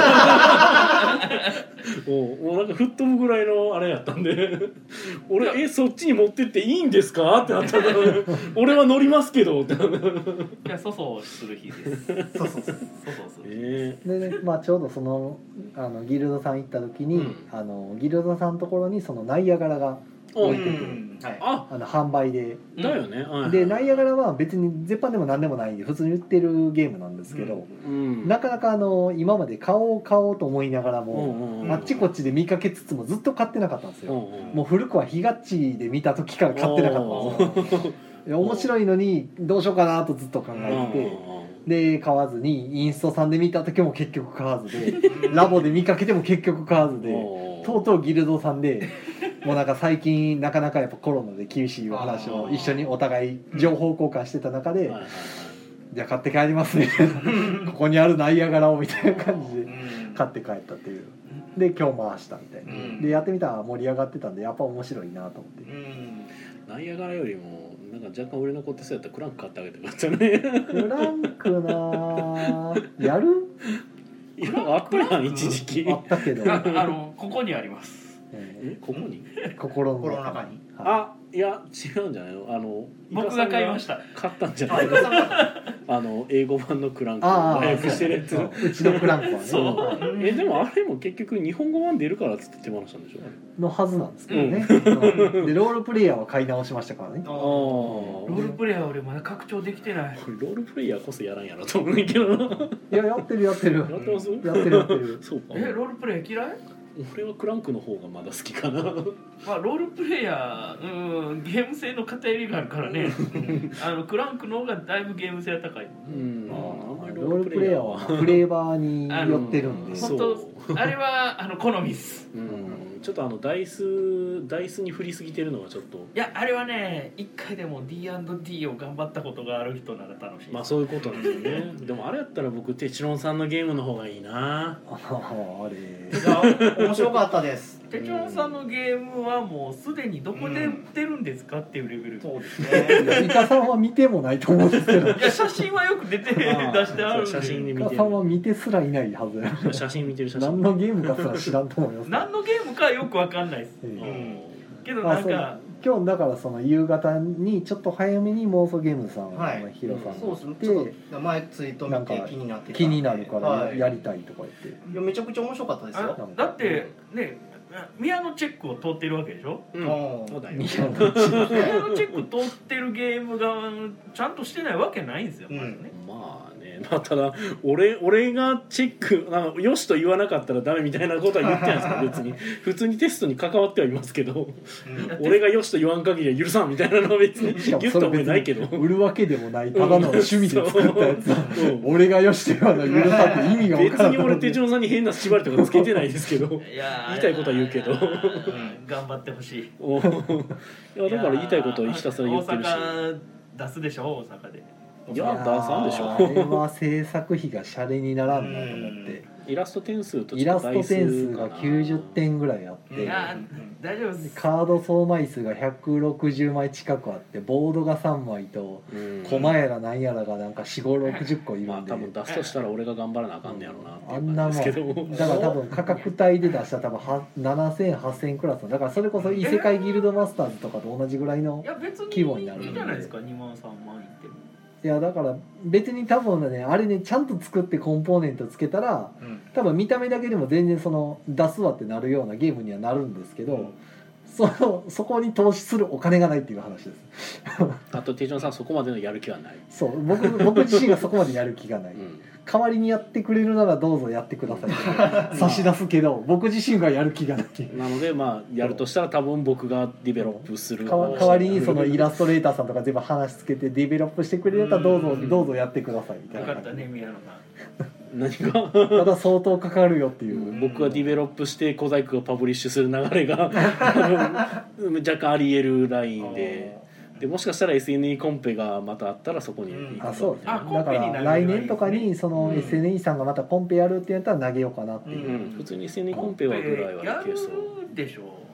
もうなんか吹っ飛ぶぐらいのあれやったんで俺そっちに持ってっていいんですかってなったら俺は乗りますけどっていや粗相する日ですそうそう粗相するでね、まあちょうどそのギルドさん行った時に、ギルドさんのところにそのナイアガラが置いてて、 はいあ販売で、 だよね、 でナイアガラは別に絶版でも何でもないんで普通に売ってるゲームなんですけど、なかなか今まで買おうと思いながらも、あっちこっちで見かけつつもずっと買ってなかったんですよ、もう古くはヒガッチで見た時から買ってなかったんですよいや面白いのにどうしようかなとずっと考えてで買わずにインストさんで見た時も結局買わずでラボで見かけても結局買わずでとうとうギルドさんでもうなんか最近なかなかやっぱコロナで厳しいお話を一緒にお互い情報交換してた中でじゃあ買って帰りますねここにあるナイアガラをみたいな感じで買って帰ったっていうで今日回したみたいなでやってみたら盛り上がってたんでやっぱ面白いなと思ってナイアガラよりもなんか若干売れ残ってそうやったらクランク買ってあげてくださいねクランクなやるいやあったやん一時期あったけどここにありますここに心の中にいや違うんじゃないの僕が買いました買ったんじゃない英語版のクランク和訳してるやつうちのクランクはねそうでもあれも結局日本語版出るからっつって手放したんでしょのはずなんですけどね、でロールプレイヤーは買い直しましたからねロールプレイヤー俺まだ拡張できてないロールプレイヤーこそやらんやろと思うんだけどいややってるやってますやってるそうかロールプレイヤー嫌い俺はクランクの方がまだ好きかなまあロールプレイヤーゲーム性の偏りがあるからねクランクの方がだいぶゲーム性が高いロールプレイヤーはフレーバーに寄ってるんで本当あれは好みっすちょっとダイスに振りすぎてるのがちょっといやあれはね一回でも D&D を頑張ったことがある人なら楽しいまあそういうことなんですよねでもあれやったら僕テチロンさんのゲームの方がいいなあれ面白かったですテチロンさんのゲームはもうすでにどこで売ってるんですかっていうレベルそうですねイカさんは見てもないと思うんですけどいや写真はよく出してあるんで写真で見てるイカさんは見てすらいないはずや写真見てる写真何のゲームかすら知らんと思います何のゲームかよくわかんないです、けどなんか今日だからその夕方にちょっと早めに妄想ゲームさんのヒロさんそうがですねちょっと前ツイート見て気になるからやりたいとか言っていやめちゃくちゃ面白かったですよだってね宮のチェックを通ってるわけでしょそうだよ宮の宮のチェック通ってるゲームがちゃんとしてないわけないんですよ、まずねまあねただ俺がチェックなんかよしと言わなかったらダメみたいなことは言ってないですか別に普通にテストに関わってはいますけど、俺がよしと言わん限りは許さんみたいなのは別にギュッともないけど売るわけでもないただの趣味で作ったやつ俺がよしと言わない許さんって意味が分からない別に俺手帳さんに変な縛りとかつけてないですけど言いたいことは言うけど頑張ってほしいいやだから言いたいことをひたすら言ってるし大阪出すでしょ大阪でいや出さんでしょあれは制作費がシャレにならんなと思ってイラスト点数とイラスト点数が90点ぐらいあっていや大丈夫ですカード総枚数が160枚近くあってボードが3枚と駒やら何やらがなんか4050個いるんで、 まあ多分出すとしたら俺が頑張らなあかんねやろなっていうあんなもん感じですけどだから多分価格帯で出したら多分7000、8000クラスのだからそれこそ異世界ギルドマスターズとかと同じぐらいのいや別に規模になるんでいいじゃないですか2万3万いってもいやだから別に多分ねあれねちゃんと作ってコンポーネントつけたら多分見た目だけでも全然その出すわってなるようなゲームにはなるんですけど、そこに投資するお金がないっていう話ですあと手帳さんそこまでのやる気はない、 そう僕自身がそこまでやる気がない、代わりにやってくれるならどうぞやってください差し出すけど僕自身がやる気がないなのでまあやるとしたら多分僕がディベロップする代わりにそのイラストレーターさんとか全部話つけてディベロップしてくれたらどうぞやってくださいみたいなよかったね宮野さん何がただ相当かかるよっていう僕がディベロップして小細工がパブリッシュする流れが若干ありえるラインでもしかしたら SNE コンペがまたあったらそこに行くかそうみたいなだから来年とかにその SNE さんがまたコンペやるってやったら投げようかなっていう、 普通に SNE コンペはぐらいはやるいけそうでしょ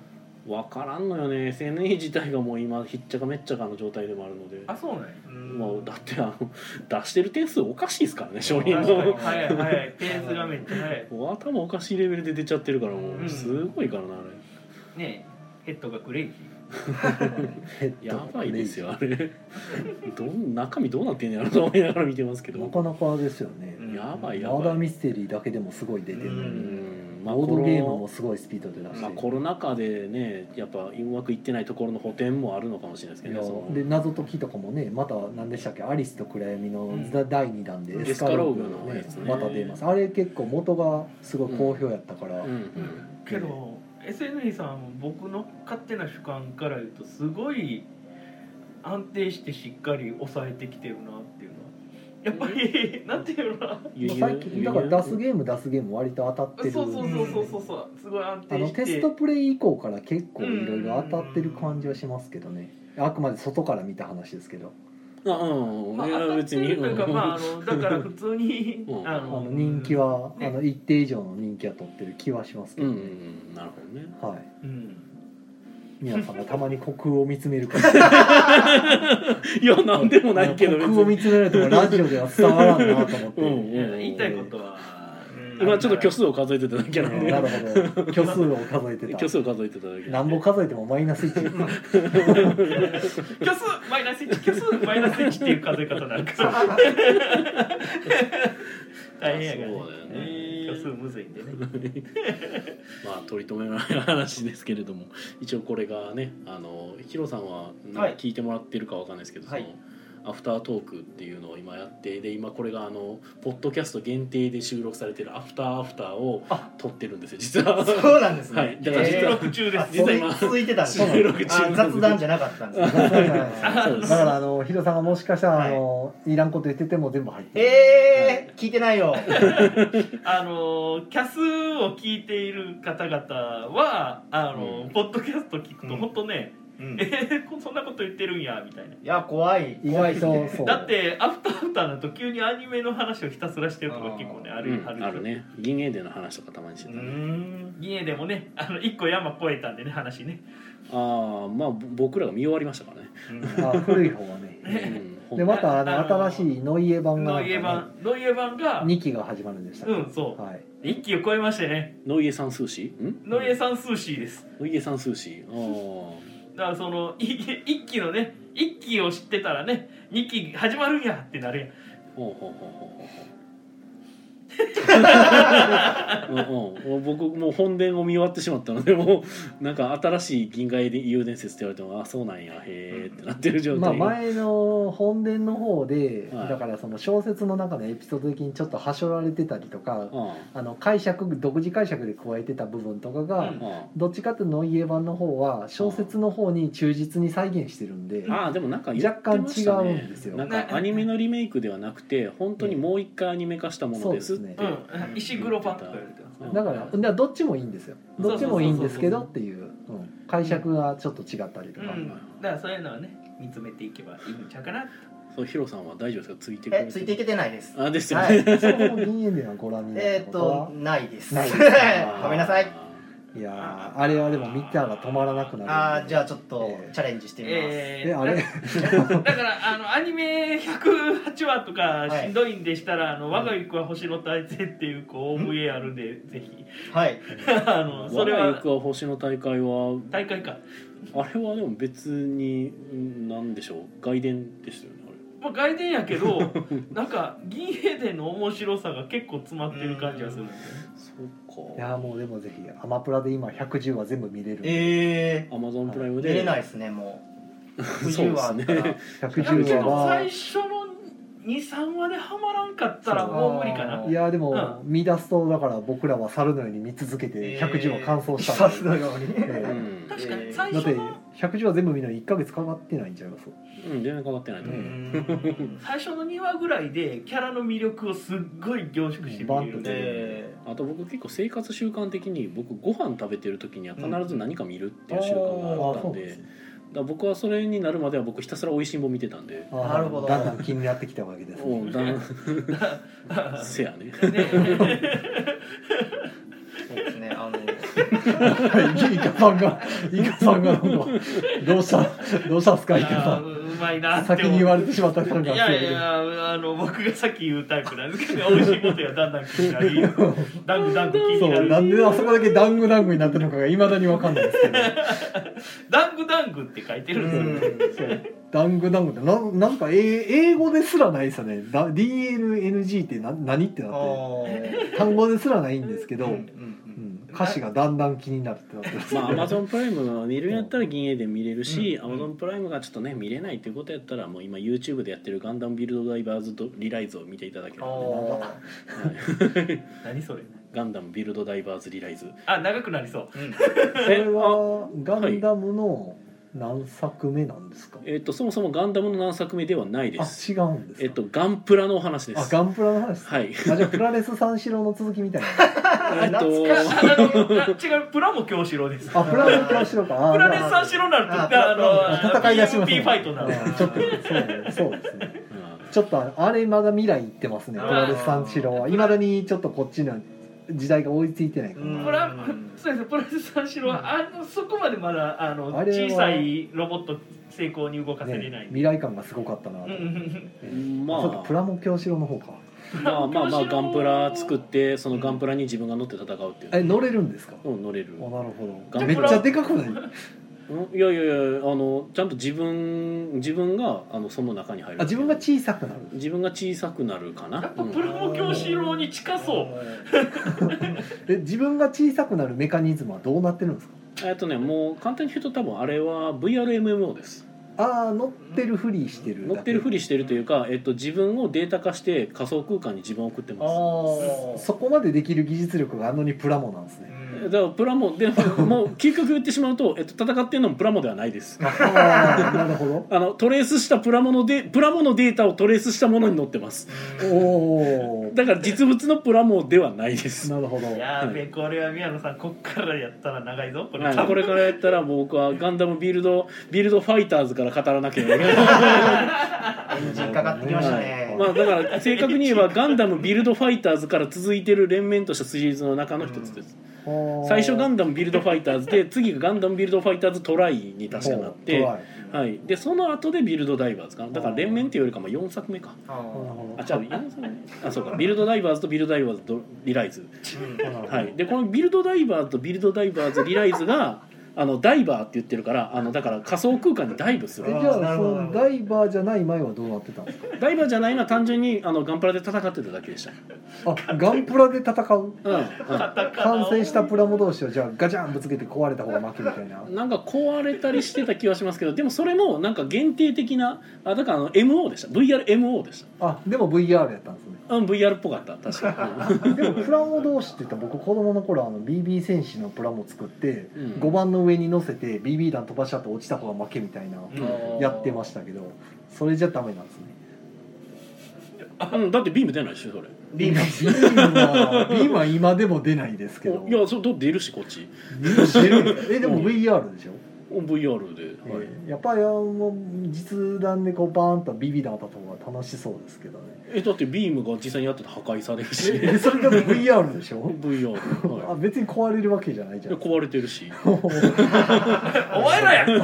分からんのよね。 SNE 自体がもう今ひっちゃかめっちゃかの状態でもあるので、 あそうなんやもうだって出してる点数おかしいですからね、商品確かにのはいはいペースがめっちゃ早いもう頭おかしいレベルで出ちゃってるから、もうすごいからなあれ。 ねヘッドがクレイジやばいですよあれ中身どうなってんねやろと思いながら見てますけど、 なかなかですよね。 やばいやばい。 マーダーミステリーだけでもすごい出てるのに、 まあ、 ボードゲームもすごいスピードで出してまあ、コロナ禍でねやっぱうまくいってないところの補填もあるのかもしれないですけどね。そので謎解きとかもね、また何でしたっけ、アリスと暗闇の第2弾でエスカローグのやつねまた出ます。あれ結構元がすごい好評やったから、 けど SNE さん僕の勝手な主観から言うとすごい安定してしっかり抑えてきてるなっていうのはやっぱりなんていうのかな、 最近だから出すゲーム割と当たってる。 そうすごい安定してテストプレイ以降から結構いろいろ当たってる感じはしますけどね。あくまで外から見た話ですけど、 まあ、当たってるというか、まあ、だから普通に人気は、ね、一定以上の人気は取ってる気はしますけどね。 なるほどね。 はい。皆さんがたまに虚空を見つめるからいやなんでもないけど虚空を見つめられてもラジオでは伝わらんなと思って言いたいことは今ちょっと虚数を数えてただけなんで、 なるほど、虚数を数えてた、 虚数を数えてただけ、 何本数えてもマイナス1 虚数マイナス1虚数マイナス1っていう数え方なんか大変やからね。 そうだよね。 虚数むずいんでねまあ取り留めのない話ですけれども、一応これがね、ヒロさんはなんか聞いてもらってるかわかんないですけど、 はい、 そのアフタートークっていうのを今やって、で今これがポッドキャスト限定で収録されてるアフターを撮ってるんですよ実は。 そうなんですね。 はい、だから収録中です。 実は今続いてたんです。 収録中雑談じゃなかったんです。 だからヒロさんがもしかしたらいらんこと言ってても全部入ってる。 聞いてないよ。 キャスを聞いている方々はポッドキャスト聞くと本当ね、そんなこと言ってるんやみたいな。 いや怖い意外とそう。 だってアフターのと急にアニメの話をひたすらしてるとか結構ねあるね。銀英伝の話とかたまにしてたね。 銀英伝もね一個山越えたんでね話ね。 まあ僕らが見終わりましたからね。 古い方はね。でまた新しいノイエ版が、 ノイエ版が 2期が始まるんでした。 そう。 はい。 1期を超えましてね。 ノイエさん数詞？ ノイエさん数詞です。 ノイエさん数詞。 だからその1期のね1期を知ってたらね2期始まるんやってなるやん。 僕もう本殿を見終わってしまったので、もうなんか新しい銀河遊伝説って言われてもそうなんやへえってなってる状態。 前の本殿の方で、だからその小説の中のエピソード的にちょっとはしょられてたりとか、独自解釈で加えてた部分とかが、どっちかというとノイエ版の方は小説の方に忠実に再現してるんで、 でもなんか若干違うんですよ。 なんかアニメのリメイクではなくて本当にもう一回アニメ化したものですって。 石黒版とか言われてます。 だからどっちもいいんですよ。どっちもいいんですけどっていう解釈がちょっと違ったりとか。だからそういうのはね見つめていけばいいんちゃうかな。 そうヒロさんは大丈夫ですか？ついていけてないです。 ですよね。 その銀英伝はご覧になったことはないです。 ないです。 ごめんなさい。 いやあれはでも見たら止まらなくなる。 じゃあちょっとチャレンジしてみます。 あれだからアニメ108話とかしんどいんでしたら我が行くは星の大戦っていうOVA あるんでぜひ。 はい。 それは我が行くは星の大会は大会か。 あれはでも別に何でしょう、外伝でしたよね。 外伝やけどなんか銀英伝の面白さが結構詰まってる感じがするんで。 そうか。 いやもうでもぜひアマプラで今110話全部見れる。 アマゾンプライムで見れないですねもう。 110話ね。 110話は最初の2,3話でハマらんかったらもう無理かな。 いやでも見出すとだから僕らは猿のように見続けて110話完走したんで。 猿のように。 確かに最だって初の 110話全部見るのに1ヶ月かかってないんちゃいます？ 全然かかってないと思う。 最初の2話ぐらいでキャラの魅力をすっごい凝縮して見れる。 あと僕結構生活習慣的に僕ご飯食べてる時には必ず何か見るっていう習慣があったんで、だ僕はそれになるまでは僕ひたすら美味しんぼ見てたんで。 なるほど。 だんだん気になってきたわけですね。 せやね。 そうですね。 イカさんがなんかどうしたんすかイカさん。 うまいなって先に言われてしまった感がいやいや僕がさっき言うタイプなんですけど、美味しいことやだんだん気になりダングダング気になる。 そうなんであそこだけダングダングになってるのかがいまだに分かんないですけどダングダングって書いてるんですよね。 ダングダングってなんか英語ですらないですよね。DLNG って何ってなって単語ですらないんですけど、歌詞がだんだん気になるってなってます、 まあ Amazon プライムが見るんやったら銀英で見れるし、Amazon プライムがちょっとね見れないということやったらもう今 YouTube でやってるガンダムビルドダイバーズとリライズを見ていただければ、 何それ。 ガンダムビルドダイバーズリライズ。 長くなりそう。 それはガンダムの何作目なんですか。 そもそもガンダムの何作目ではないです。 違うんですか。 ガンプラのお話です。 ガンプラの話。 はい。 じゃあプラレス三四郎の続きみたいな。 違う、プラも京志郎です。 プラも京志郎か。 プラレス三四郎になると戦い出しますね。 PVP ファイトになる。 ちょっとそうですね。ちょっとあれまだ未来行ってますね。プラレス三四郎は未だにちょっとこっちの時代が追いついてないかな。 そうです。プラレス三四郎はそこまでまだ小さいロボット成功に動かせれない。 未来感がすごかったな。まあプラも京志郎の方か。 まあガンプラ作ってそのガンプラに自分が乗って戦うっていう。 乗れるんですか。 乗れる。 なるほど。めっちゃでかくない。 いやちゃんと自分がその中に入る。 自分が小さくなる。 自分が小さくなるかな。 やっぱプラモ京志郎に近そう。 自分が小さくなるメカニズムはどうなってるんですか。 もう簡単に言うと多分あれは VRMMO です。 乗ってるふりしてる。 乗ってるふりしてるというか、自分をデータ化して仮想空間に自分を送ってます。 そこまでできる技術力があるのにプラモなんですね。 だからプラモでもう究極言ってしまうと、戦ってるのもプラモではないです。 なるほど。 トレースしたプラモのデータをトレースしたものに載ってます。だから実物のプラモではないです。 なるほど。 やべ、これは宮野さんこっからやったら長いぞ。これからやったら僕はガンダムビルドファイターズから語らなきゃいけない。 エンジンかかってきましたね。 だから正確に言えばガンダムビルドファイターズから続いてる連綿としたシリーズの中の一つです。最初ガンダムビルドファイターズで次がガンダムビルドファイターズトライに確かなって、はい、でその後でビルドダイバーズかな。だから連綿っていうよりか4作目か。4作目。そうか。ビルドダイバーズとビルドダイバーズとリライズ。はい。でこのビルドダイバーズとビルドダイバーズリライズがダイバーって言ってるからだから仮想空間にダイブする。 じゃあそのダイバーじゃない前はどうなってたんですか。 ダイバーじゃないのは単純にガンプラで戦ってただけでした。 ガンプラで戦う。完成したプラモ同士をじゃあガチャンぶつけて壊れた方が負けみたいな。 なんか壊れたりしてた気はしますけど、でもそれもなんか限定的なだからMO でした。 VRMO でした。 でも VR やったんですね。 VR っぽかった確かに。 でもプラモ同士って言ったら僕子供の頃BB 戦士のプラモ作って、5番の上に乗せて BB 弾飛ばしちゃって落ちた方が負けみたいなやってましたけど、それじゃダメなんですね。 だってビーム出ないでしょそれ。 ビームは今でも出ないですけど。 いやそれ出るしこっち。 出る。でも VR でしょ。 VR で、 やっぱり実弾でこうバーンと BB 弾当たった方が楽しそうですけどね。 だってビームが実際にやってて破壊されるし。 それでも VR でしょ。 VR、はい、 別に壊れるわけじゃないじゃん。 壊れてるし。 お前らや。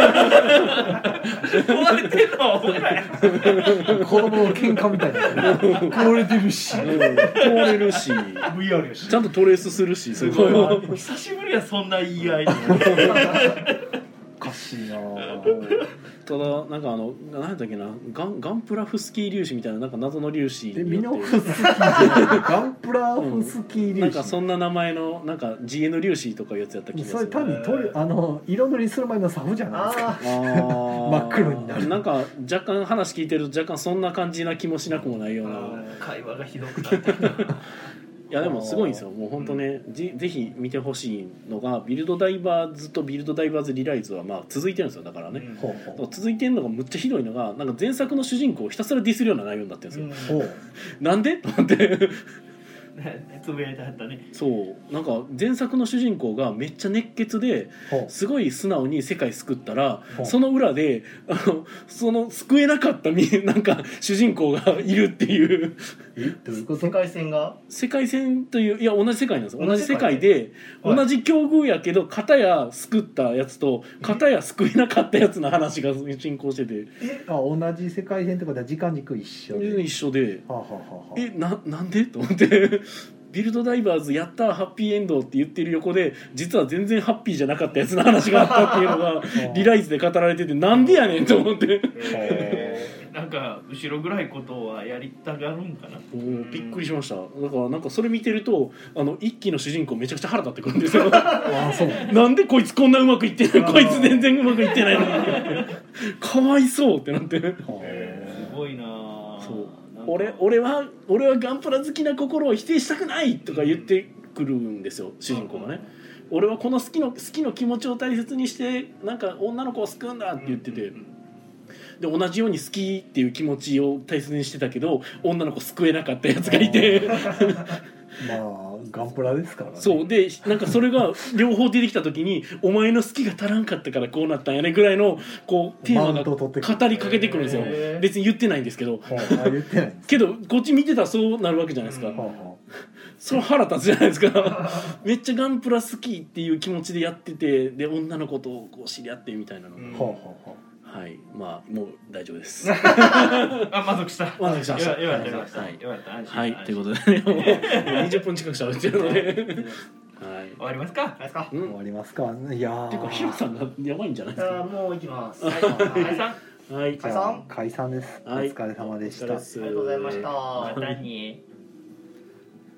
壊れてんのはお前らや。 子供の喧嘩みたいな。壊れてるし。 壊れるし。 VR やし。 ちゃんとトレースするし。 すごい。久しぶりやそんな言い合い。 おかしいな。 ただなんか何だっけな、ガンプラフスキー粒子みたいななんか謎の粒子ミノフスキーガンプラフスキー粒子、 なんかそんな名前のなんか GN 粒子とかいうやつやった気がする。 それ単に色塗りする前のサフじゃないですか。真っ黒になる。 なんか若干話聞いてると若干そんな感じな気もしなくもないような。 会話がひどくなってる。 いやでもすごいんですよ。もう本当ね、ぜひ見てほしいのがビルドダイバーズとビルドダイバーズリライズは続いてるんですよ。だからね、続いてるのがむっちゃひどいのが、なんか前作の主人公をひたすらディスるような内容になってるんですよ。なんでと思ってつぶやいてはったね。 そうなんか前作の主人公がめっちゃ熱血ですごい素直に世界救ったら、その裏でその救えなかったなんか主人公がいるっていうどういうこと世界線が世界線といういや同じ世界なんですよ。同じ世界同じ世界ではい同じ境遇やけど片や救ったやつと片や救えなかったやつの話が進行してて同じ世界線ってことは時間軸一緒で、 一緒ではあはあはあなんでと思ってビルドダイバーズやったハッピーエンドって言ってる横で実は全然ハッピーじゃなかったやつの話があったっていうのがリライズで語られててなんでやねんと思ってなんか後ろ暗いことはやりたがるんかな。 びっくりしました。だからなんかそれ見てると一期の主人公めちゃくちゃ腹立ってくるんですよそうなんでこいつこんなうまくいってないこいつ全然うまくいってないのにかわいそうってなってすごいな。 そう俺はガンプラ好きな心を否定したくないとか言ってくるんですよ主人公がね。俺はこの好きの気持ちを大切にしてなんか女の子を救うんだって言ってて、で同じように好きっていう気持ちを大切にしてたけど女の子救えなかったやつがいてまあガンプラですからね。 そうでなんかそれが両方出てきた時にお前の好きが足らんかったからこうなったんやねぐらいのこうテーマが語りかけてくるんですよ。別に言ってないんですけど言ってないんですけどこっち見てたらそうなるわけじゃないですか。その腹立つじゃないですかめっちゃガンプラ好きっていう気持ちでやっててで女の子とこう知り合ってみたいなのが、はいまあもう大丈夫です満足した。 満足しました。 よかったよかったよかった。安心はいということでねもう20分近く喋ってるのではい終わりますか。 ですか。 終わりますか。いやーていうかヒロさんがやばいんじゃないですか。 もう行きます。 解散。 はいじゃあ解散です。おはい疲れ様でした。 お疲れっすありがとうございました。 またに。